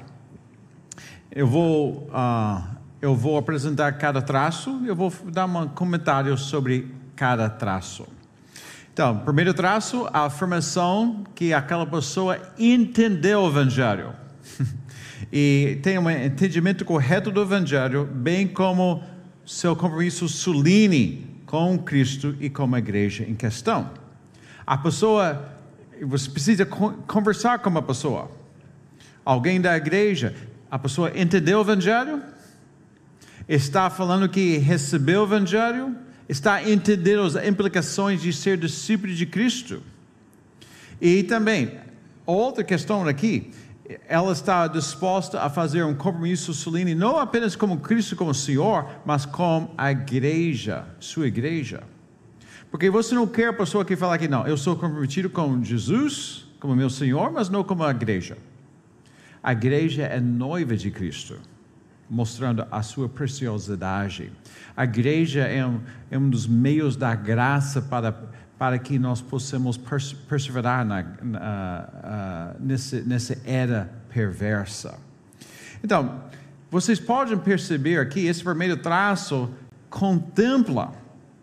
Eu vou, uh, eu vou apresentar cada traço, eu vou dar um comentário sobre cada traço. Então, primeiro traço, a afirmação que aquela pessoa entendeu o Evangelho. E tem um entendimento correto do Evangelho, bem como seu compromisso solene com Cristo e com a igreja em questão. A pessoa, você precisa conversar com uma pessoa. Alguém da igreja, a pessoa entendeu o Evangelho? Está falando que recebeu o Evangelho? Está entendendo as implicações de ser discípulo de Cristo? E também, outra questão aqui, ela está disposta a fazer um compromisso solene, não apenas com Cristo como Senhor, mas com a igreja, sua igreja. Porque você não quer a pessoa que fala que não, eu sou comprometido com Jesus, como meu Senhor, mas não como a igreja. A igreja é noiva de Cristo, mostrando a sua preciosidade. A igreja é um, é um dos meios da graça para, para que nós possamos pers- perseverar na, na, uh, nesse, nessa era perversa. Então, vocês podem perceber aqui, esse primeiro traço contempla,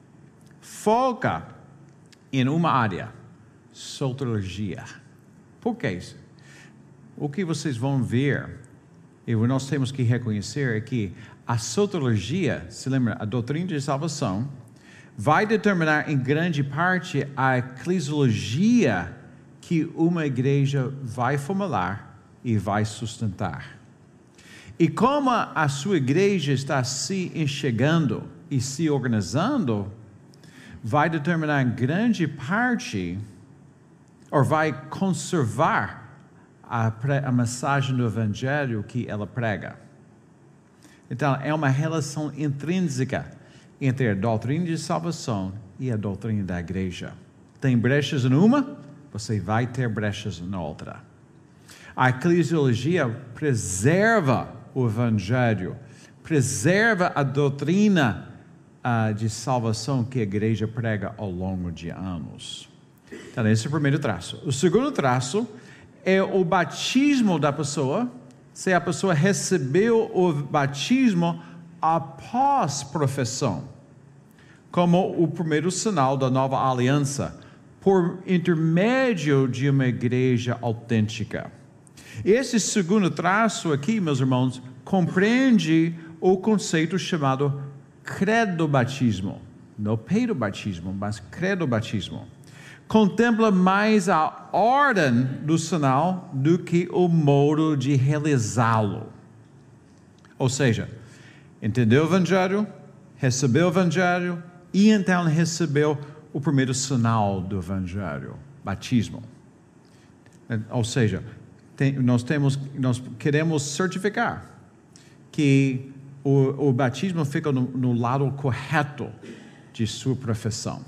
foca em uma área, soteriologia. Por que isso? O que vocês vão ver, e nós temos que reconhecer, é que a soteriologia, se lembra, a doutrina de salvação, vai determinar em grande parte a eclesiologia que uma igreja vai formular e vai sustentar. E como a sua igreja está se enxergando e se organizando, vai determinar em grande parte, ou vai conservar a, a mensagem do Evangelho que ela prega. Então, é uma relação intrínseca entre a doutrina de salvação e a doutrina da igreja. Tem brechas em uma, você vai ter brechas na outra. A eclesiologia preserva o Evangelho, preserva a doutrina uh, de salvação que a igreja prega ao longo de anos. Então, esse é o primeiro traço. O segundo traço é o batismo da pessoa, se a pessoa recebeu o batismo após profissão, como o primeiro sinal da nova aliança, por intermédio de uma igreja autêntica. Esse segundo traço aqui, meus irmãos, compreende o conceito chamado credobatismo, não peidobatismo, mas credobatismo. Contempla mais a ordem do sinal do que o modo de realizá-lo. Ou seja, entendeu o Evangelho, recebeu o Evangelho e então recebeu o primeiro sinal do Evangelho, batismo. Ou seja, tem, nós temos, nós queremos certificar que o, o batismo fica no, no lado correto de sua profissão.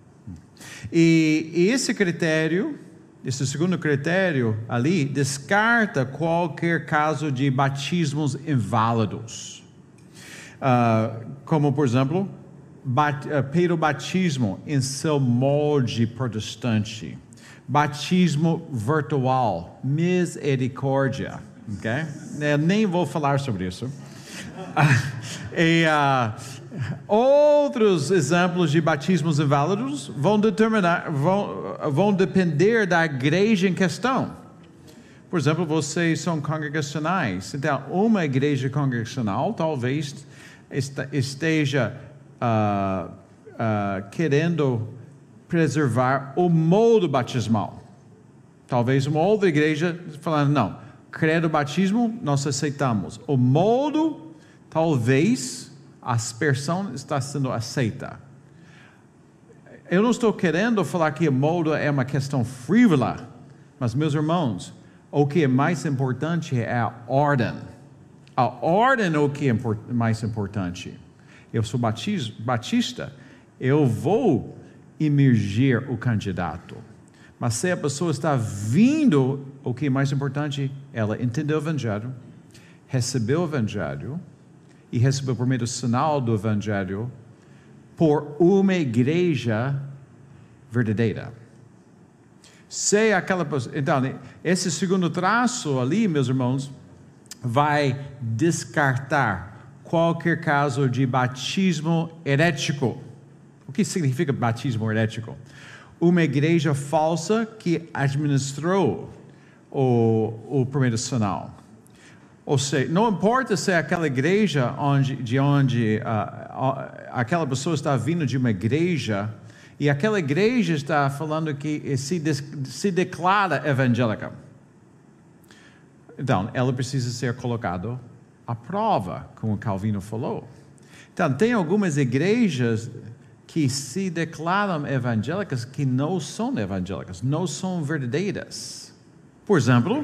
E, e esse critério, esse segundo critério ali, descarta qualquer caso de batismos inválidos. Uh, como, por exemplo, bat, uh, peidobatismo em seu molde protestante. Batismo virtual, misericórdia. Okay? Eu nem vou falar sobre isso. Uh, e... Uh, Outros exemplos de batismos inválidos vão determinar, vão, vão depender da igreja em questão. Por exemplo, vocês são congregacionais. Então, uma igreja congregacional talvez esteja uh, uh, querendo preservar o molde batismal. Talvez uma outra igreja falando, não, credo batismo nós aceitamos. O molde, talvez... a aspersão está sendo aceita. Eu não estou querendo falar que o molde é uma questão frívola, Mas, meus irmãos, o que é mais importante é a ordem. A ordem é o que é mais importante. Eu sou batista, eu vou emergir o candidato. Mas se a pessoa está vindo, o que é mais importante, ela entendeu o Evangelho, recebeu o Evangelho, e recebeu por meio do sinal do Evangelho, por uma igreja verdadeira. Se aquela pessoa, então, esse segundo traço ali, meus irmãos, vai descartar qualquer caso de batismo herético. O que significa batismo herético? Uma igreja falsa que administrou o, o primeiro sinal. Ou seja, não importa se é aquela igreja onde, de onde uh, uh, aquela pessoa está vindo de uma igreja e aquela igreja está falando que se, des, se declara evangélica. Então, ela precisa ser colocada à prova, como Calvino falou. Então, tem algumas igrejas que se declaram evangélicas que não são evangélicas, não são verdadeiras. Por exemplo,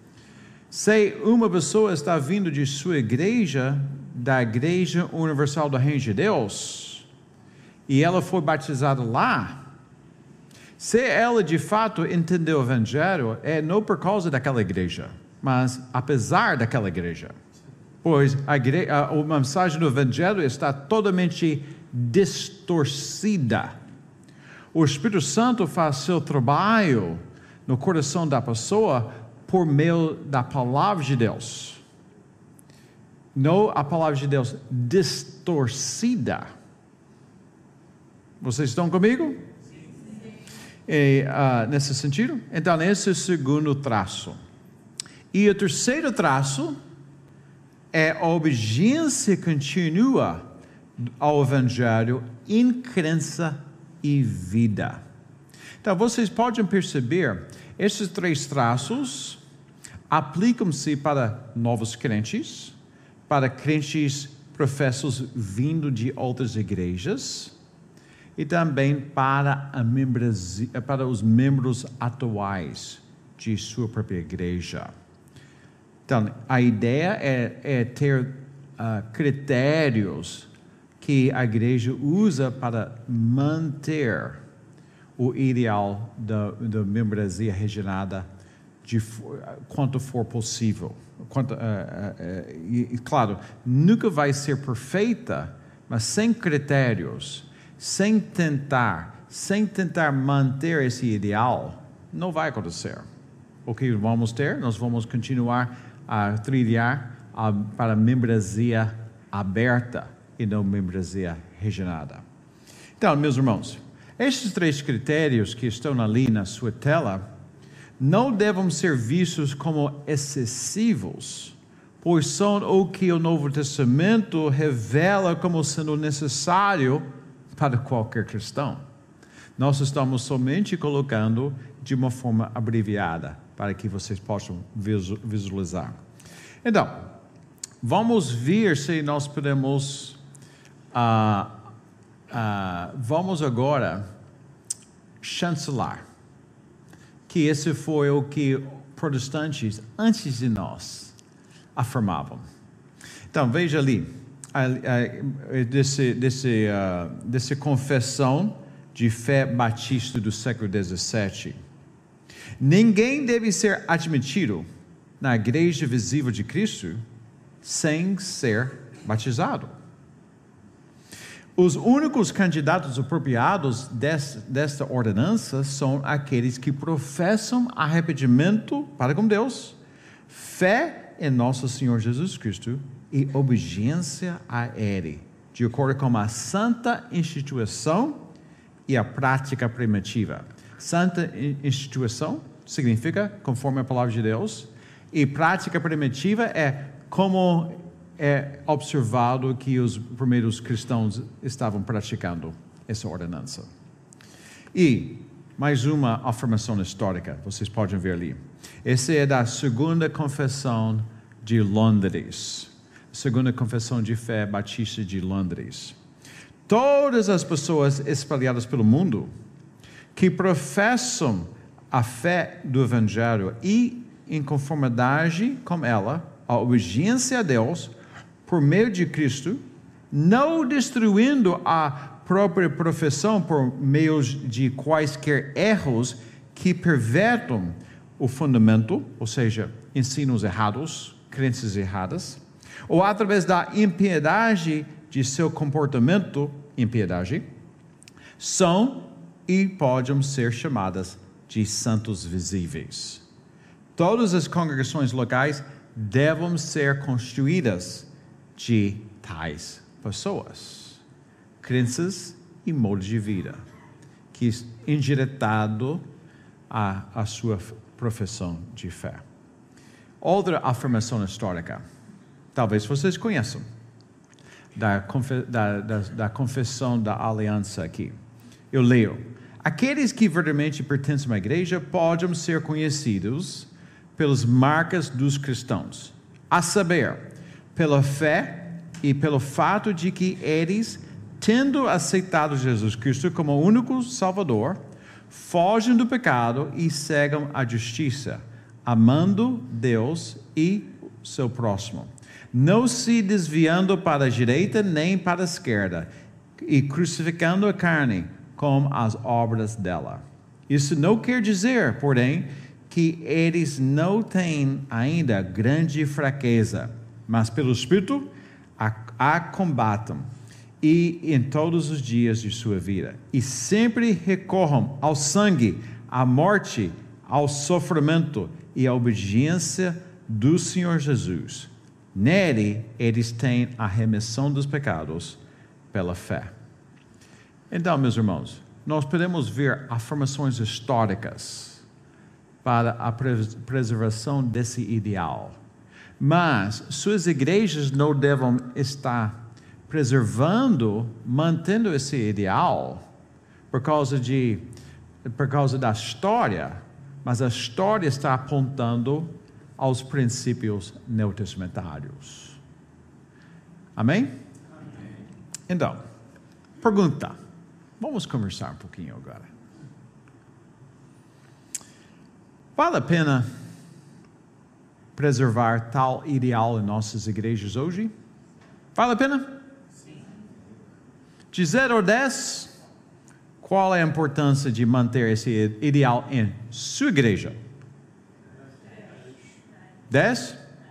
se uma pessoa está vindo de sua igreja, da Igreja Universal do Reino de Deus, e ela foi batizada lá, se ela de fato entendeu o Evangelho, é não por causa daquela igreja, mas apesar daquela igreja. Pois a, igreja, a, a mensagem do Evangelho está totalmente distorcida. O Espírito Santo faz seu trabalho no coração da pessoa por meio da palavra de Deus. Não a palavra de Deus distorcida. Vocês estão comigo? Sim. E, uh, nesse sentido? Então, esse é o segundo traço. E o terceiro traço é a obediência contínua ao Evangelho em crença e vida. Então, vocês podem perceber, esses três traços aplicam-se para novos crentes, para crentes professos vindo de outras igrejas, e também para, a membresia, para os membros atuais de sua própria igreja. Então, a ideia é, é ter uh, critérios que a igreja usa para manter o ideal da, da membresia regenerada de, quanto for possível. Quanto, uh, uh, uh, e, e, claro, nunca vai ser perfeita, mas sem critérios, sem tentar, sem tentar manter esse ideal, não vai acontecer. O que vamos ter? Nós vamos continuar a trilhar a, para a membresia aberta e não membresia regenerada. Então, meus irmãos, estes três critérios que estão ali na sua tela não devem ser vistos como excessivos, pois são o que o Novo Testamento revela como sendo necessário para qualquer cristão. Nós estamos somente colocando de uma forma abreviada, para que vocês possam visualizar. Então, vamos ver se nós podemos, uh, uh, vamos agora chancelar, que esse foi o que protestantes antes de nós afirmavam. Então, veja ali, desse, desse, uh, desse confissão de fé batista do século dezessete. Ninguém deve ser admitido na igreja visível de Cristo sem ser batizado. Os únicos candidatos apropriados desta, desta ordenança são aqueles que professam arrependimento para com Deus, fé em nosso Senhor Jesus Cristo e obediência a Ele, de acordo com a santa instituição e a prática primitiva. Santa instituição significa conforme a palavra de Deus, e prática primitiva é como é observado que os primeiros cristãos estavam praticando essa ordenança. E mais uma afirmação histórica, vocês podem ver ali. Essa é da segunda confissão de Londres, segunda confissão de fé batista de Londres. Todas as pessoas espalhadas pelo mundo que professam a fé do Evangelho e em conformidade com ela, a obediência a Deus, por meio de Cristo, não destruindo a própria profissão por meio de quaisquer erros que pervertam o fundamento, ou seja, ensinos errados, crenças erradas, ou através da impiedade de seu comportamento, impiedade, são e podem ser chamadas de santos visíveis. Todas as congregações locais devem ser construídas de tais pessoas, crenças e modo de vida, que é indiretado à, à sua profissão de fé. Outra afirmação histórica, talvez vocês conheçam, da, da, da, da confissão da aliança aqui. Eu leio: aqueles que verdadeiramente pertencem à igreja podem ser conhecidos pelas marcas dos cristãos, a saber, pela fé e pelo fato de que eles, tendo aceitado Jesus Cristo como o único Salvador, fogem do pecado e seguem a justiça, amando Deus e seu próximo, não se desviando para a direita nem para a esquerda, e crucificando a carne com as obras dela. Isso não quer dizer, porém, que eles não têm ainda grande fraqueza, mas pelo Espírito a, a combatam, e em todos os dias de sua vida, e sempre recorram ao sangue, à morte, ao sofrimento e à obediência do Senhor Jesus. Nele, eles têm a remissão dos pecados pela fé. Então, meus irmãos, nós podemos ver afirmações históricas para a preservação desse ideal, mas suas igrejas não devem estar preservando, mantendo esse ideal por causa de, por causa da história, mas a história está apontando aos princípios neotestamentários. Amém? Amém. Então, pergunta. Vamos conversar um pouquinho agora. Vale a pena preservar tal ideal em nossas igrejas hoje? Vale a pena? Sim. De zero a dez, qual é a importância de manter esse ideal em sua igreja? dez?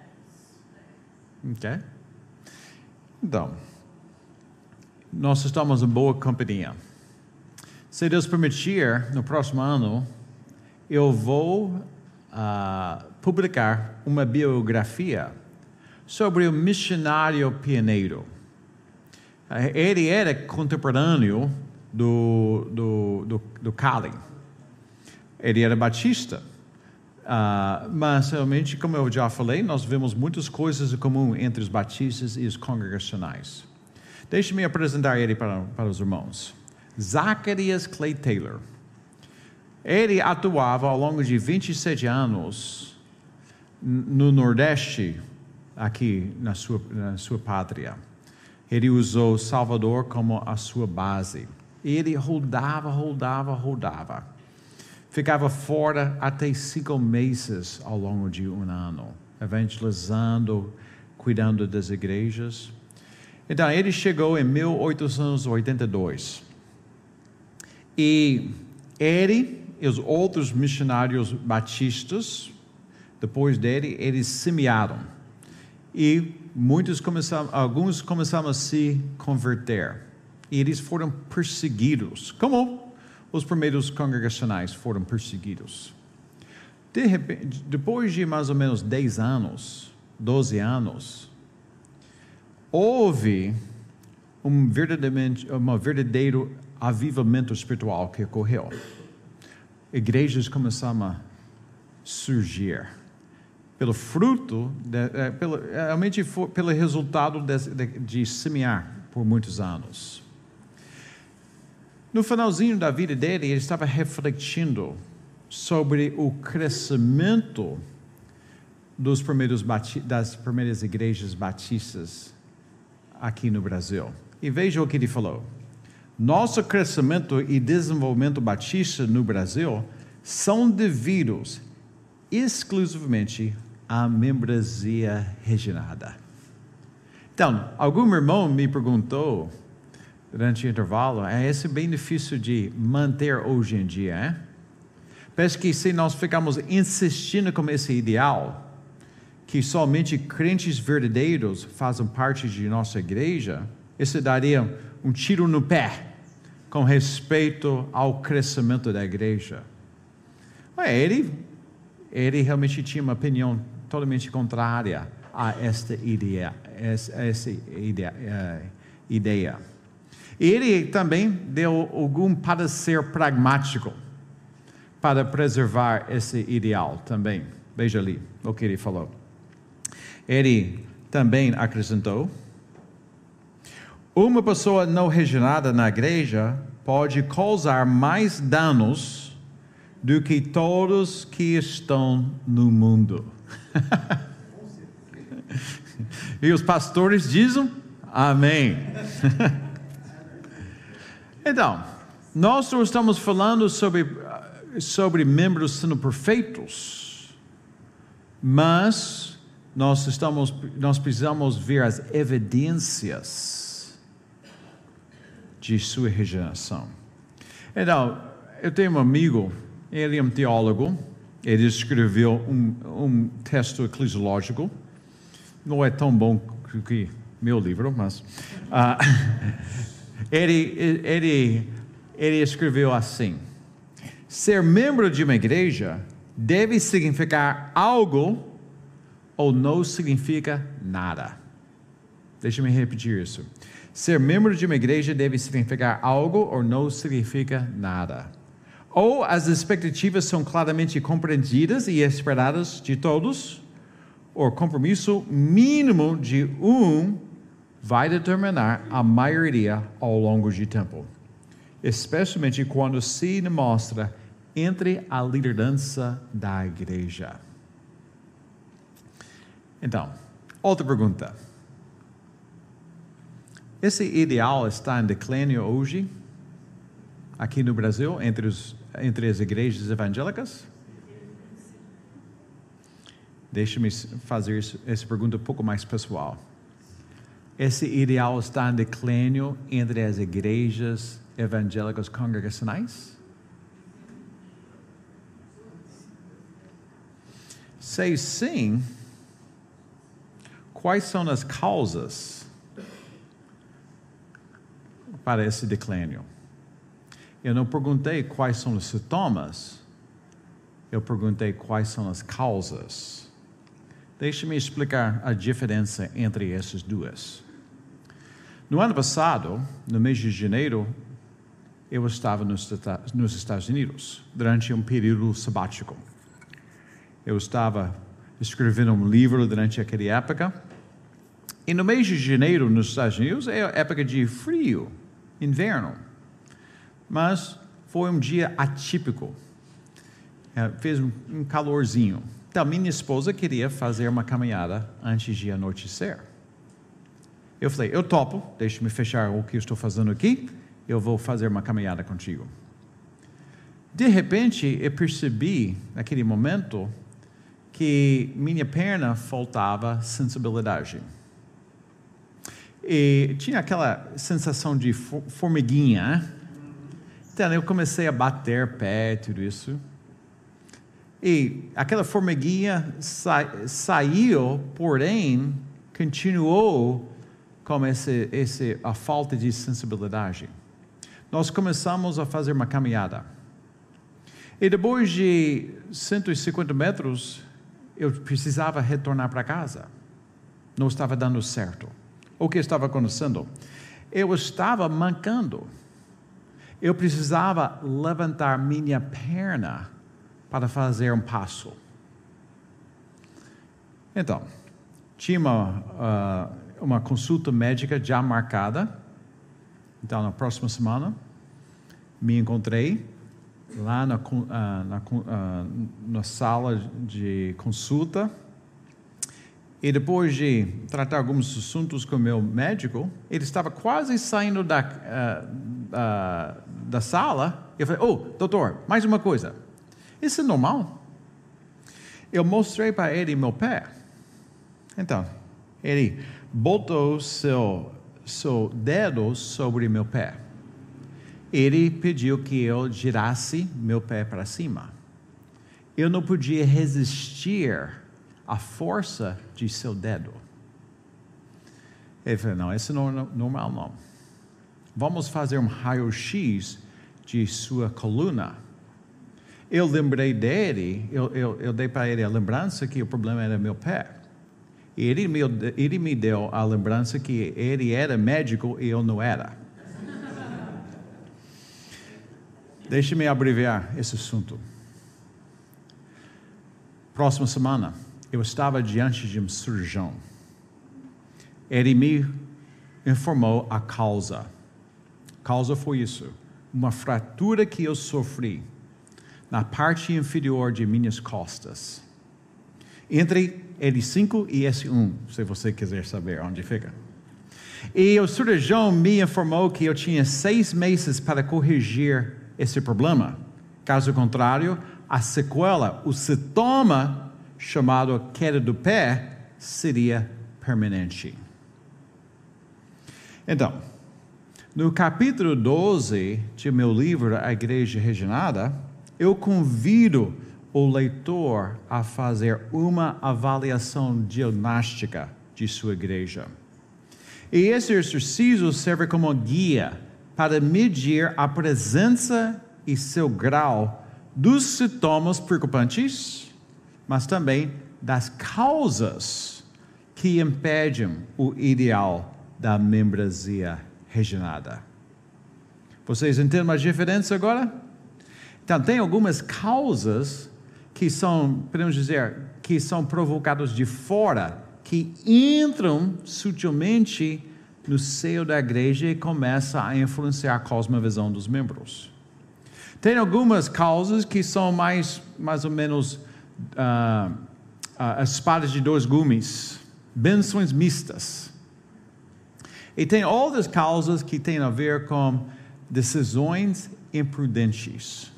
Ok. Então, nós estamos em boa companhia. Se Deus permitir, no próximo ano, eu vou uh, publicar uma biografia sobre o missionário pioneiro. Uh, ele era contemporâneo do, do, do, do Cali. Ele era batista. Uh, mas realmente, como eu já falei, nós vemos muitas coisas em comum entre os batistas e os congregacionais. Deixe-me apresentar ele para, para os irmãos. Zacharias Clay Taylor. Ele atuava ao longo de vinte e sete anos no Nordeste, aqui na sua, na sua pátria. Ele usou Salvador como a sua base. E ele rodava, rodava, rodava. Ficava fora até cinco meses ao longo de um ano, evangelizando, cuidando das igrejas. Então, ele chegou em mil oitocentos e oitenta e dois. E ele e os outros missionários batistas, depois dele, eles semearam. E muitos começaram, alguns começaram a se converter. E eles foram perseguidos, como os primeiros congregacionais foram perseguidos. De repente, depois de mais ou menos dez anos, doze anos, houve um verdadeiramente, um verdadeiro avivamento espiritual que ocorreu. Igrejas começaram a surgir pelo fruto, de, pelo, realmente foi, pelo resultado de, de, de semear por muitos anos. No finalzinho da vida dele, ele estava refletindo sobre o crescimento dos primeiros bati, das primeiras igrejas batistas aqui no Brasil. E veja o que ele falou. Nosso crescimento e desenvolvimento batista no Brasil são devidos exclusivamente à membresia regenerada. Então, algum irmão me perguntou durante o intervalo, é esse bem difícil de manter hoje em dia, é? Parece que se nós ficamos insistindo com esse ideal, que somente crentes verdadeiros fazem parte de nossa igreja, isso daria um tiro no pé com respeito ao crescimento da igreja. Mas ele, ele realmente tinha uma opinião totalmente contrária a esta ideia. Essa ideia, ideia. Ele também deu algum parecer pragmático para preservar esse ideal também. Veja ali o que ele falou. Ele também acrescentou: uma pessoa não regenerada na igreja pode causar mais danos do que todos que estão no mundo. E os pastores dizem amém. Então, nós não estamos falando sobre, sobre membros sendo perfeitos, mas nós, estamos, nós precisamos ver as evidências de sua regeneração. Então, eu tenho um amigo, ele é um teólogo, ele escreveu um, um texto eclesiológico, não é tão bom que meu livro, mas uh, ele, ele, ele escreveu assim: ser membro de uma igreja deve significar algo ou não significa nada. Deixa-me repetir isso. Ser membro de uma igreja deve significar algo ou não significa nada. Ou as expectativas são claramente compreendidas e esperadas de todos, ou o compromisso mínimo de um vai determinar a maioria ao longo do tempo, especialmente quando se demonstra entre a liderança da igreja. Então, outra pergunta. Esse ideal está em declínio hoje, aqui no Brasil, entre, os, entre as igrejas evangélicas? Deixe-me fazer isso, essa pergunta um pouco mais pessoal. Esse ideal está em declínio entre as igrejas evangélicas congregacionais? Se sim, quais são as causas para esse declínio? Eu não perguntei quais são os sintomas, eu perguntei quais são as causas. Deixe-me explicar a diferença entre essas duas. No ano passado, no mês de janeiro, eu estava nos, nos Estados Unidos, durante um período sabático. Eu estava escrevendo um livro durante aquela época, e no mês de janeiro, nos Estados Unidos, é a época de frio, inverno. Mas foi um dia atípico, é, fez um, um calorzinho. Então, minha esposa queria fazer uma caminhada antes de anoitecer. Eu falei, eu topo, deixe-me fechar o que eu estou fazendo aqui, eu vou fazer uma caminhada contigo. De repente, eu percebi, naquele momento, que minha perna faltava sensibilidade. E tinha aquela sensação de formiguinha. Então, eu comecei a bater pé, tudo isso. E aquela formiguinha sa- saiu, porém, continuou com esse, esse, a falta de sensibilidade. Nós começamos a fazer uma caminhada. E depois de cento e cinquenta metros, eu precisava retornar para casa. Não estava dando certo. O que estava acontecendo? Eu estava mancando. Eu precisava levantar minha perna para fazer um passo. Então, tinha uma, uh, uma consulta médica já marcada. Então, na próxima semana, me encontrei lá na, uh, na, uh, na sala de consulta. E depois de tratar alguns assuntos com o meu médico, ele estava quase saindo da, uh, uh, da sala. Eu falei, oh, doutor, mais uma coisa. Isso é normal. Eu mostrei para ele meu pé. Então, ele botou seu, seu dedo sobre meu pé. Ele pediu que eu girasse meu pé para cima. Eu não podia resistir à força de seu dedo. Ele falou, não, isso não é normal não. Vamos fazer um raio-x de sua coluna. Eu lembrei dele, eu, eu, eu dei para ele a lembrança que o problema era meu pé. E ele me, ele me deu a lembrança que ele era médico e eu não era. Deixe-me abreviar esse assunto. Próxima semana, eu estava diante de um cirurgião. Ele me informou a causa. A causa foi isso, uma fratura que eu sofri na parte inferior de minhas costas, entre L cinco e S um, se você quiser saber onde fica. E o cirurgião me informou que eu tinha seis meses para corrigir esse problema. Caso contrário, a sequela, o sintoma chamado queda do pé, seria permanente. Então, no capítulo doze de meu livro, A Igreja Regenerada, eu convido o leitor a fazer uma avaliação diagnóstica de sua igreja. E esse exercício serve como guia para medir a presença e seu grau dos sintomas preocupantes, mas também das causas que impedem o ideal da membresia regenerada. Vocês entendem a diferença agora? Então, tem algumas causas que são, podemos dizer, que são provocadas de fora, que entram sutilmente no seio da igreja e começam a influenciar a cosmovisão dos membros. Tem algumas causas que são mais, mais ou menos, uh, uh, espadas de dois gumes, bênçãos mistas. E tem outras causas que têm a ver com decisões imprudentes,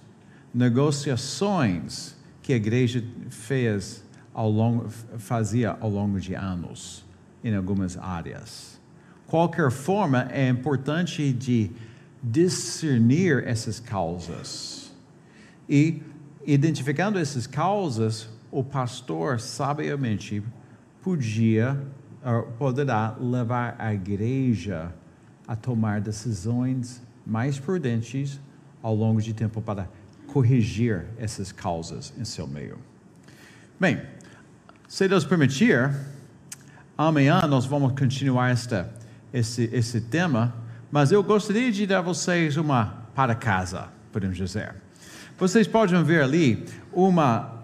negociações que a igreja fez ao longo, fazia ao longo de anos, em algumas áreas. Qualquer forma, é importante de discernir essas causas. E, identificando essas causas, o pastor, sabiamente, podia, poderá levar a igreja a tomar decisões mais prudentes ao longo de tempo para corrigir essas causas em seu meio. Bem, se Deus permitir, amanhã nós vamos continuar esta, esse, esse tema, mas eu gostaria de dar a vocês uma para casa, podemos dizer. Vocês podem ver ali uma,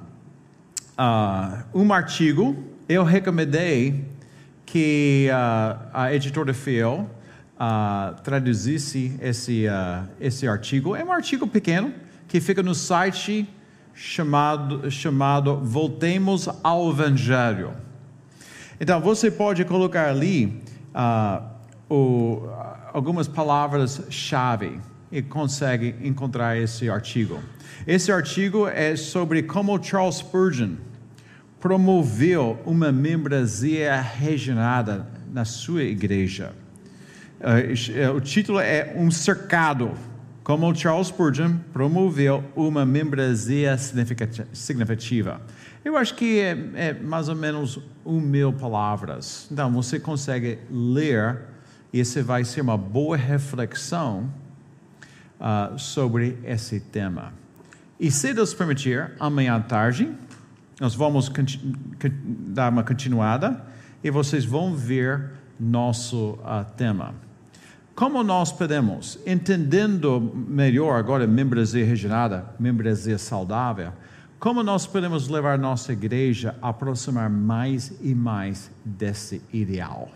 uh, um artigo. Eu recomendei que uh, a editora Fiel uh, traduzisse esse, uh, esse artigo. É um artigo pequeno que fica no site chamado, chamado Voltemos ao Evangelho. Então, você pode colocar ali uh, o, algumas palavras-chave e consegue encontrar esse artigo. Esse artigo é sobre como Charles Spurgeon promoveu uma membresia regenerada na sua igreja. Uh, o título é Um Cercado. Como Charles Spurgeon promoveu uma membresia significativa. Eu acho que é, é mais ou menos um mil palavras. Então, você consegue ler e esse vai ser uma boa reflexão uh, sobre esse tema. E se Deus permitir, amanhã à tarde, nós vamos dar uma continuada e vocês vão ver nosso uh, tema. Como nós podemos, entendendo melhor agora membresia regenerada, membresia saudável, como nós podemos levar nossa igreja a aproximar mais e mais desse ideal?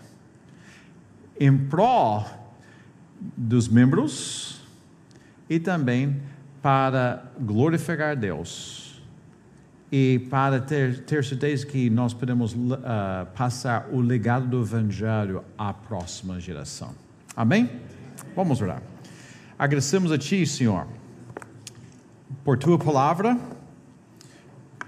Em prol dos membros e também para glorificar Deus e para ter, ter certeza que nós podemos uh, passar o legado do Evangelho à próxima geração. Amém? Vamos orar. Agradecemos a Ti, Senhor, por Tua palavra,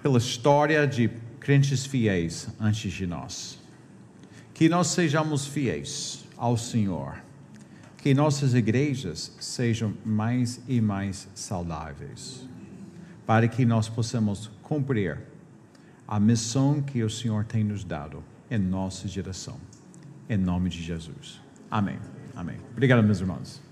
pela história de crentes fiéis antes de nós. Que nós sejamos fiéis ao Senhor. Que nossas igrejas sejam mais e mais saudáveis, para que nós possamos cumprir a missão que o Senhor tem nos dado em nossa direção. Em nome de Jesus. Amém. Amém. Obrigado, meus irmãos.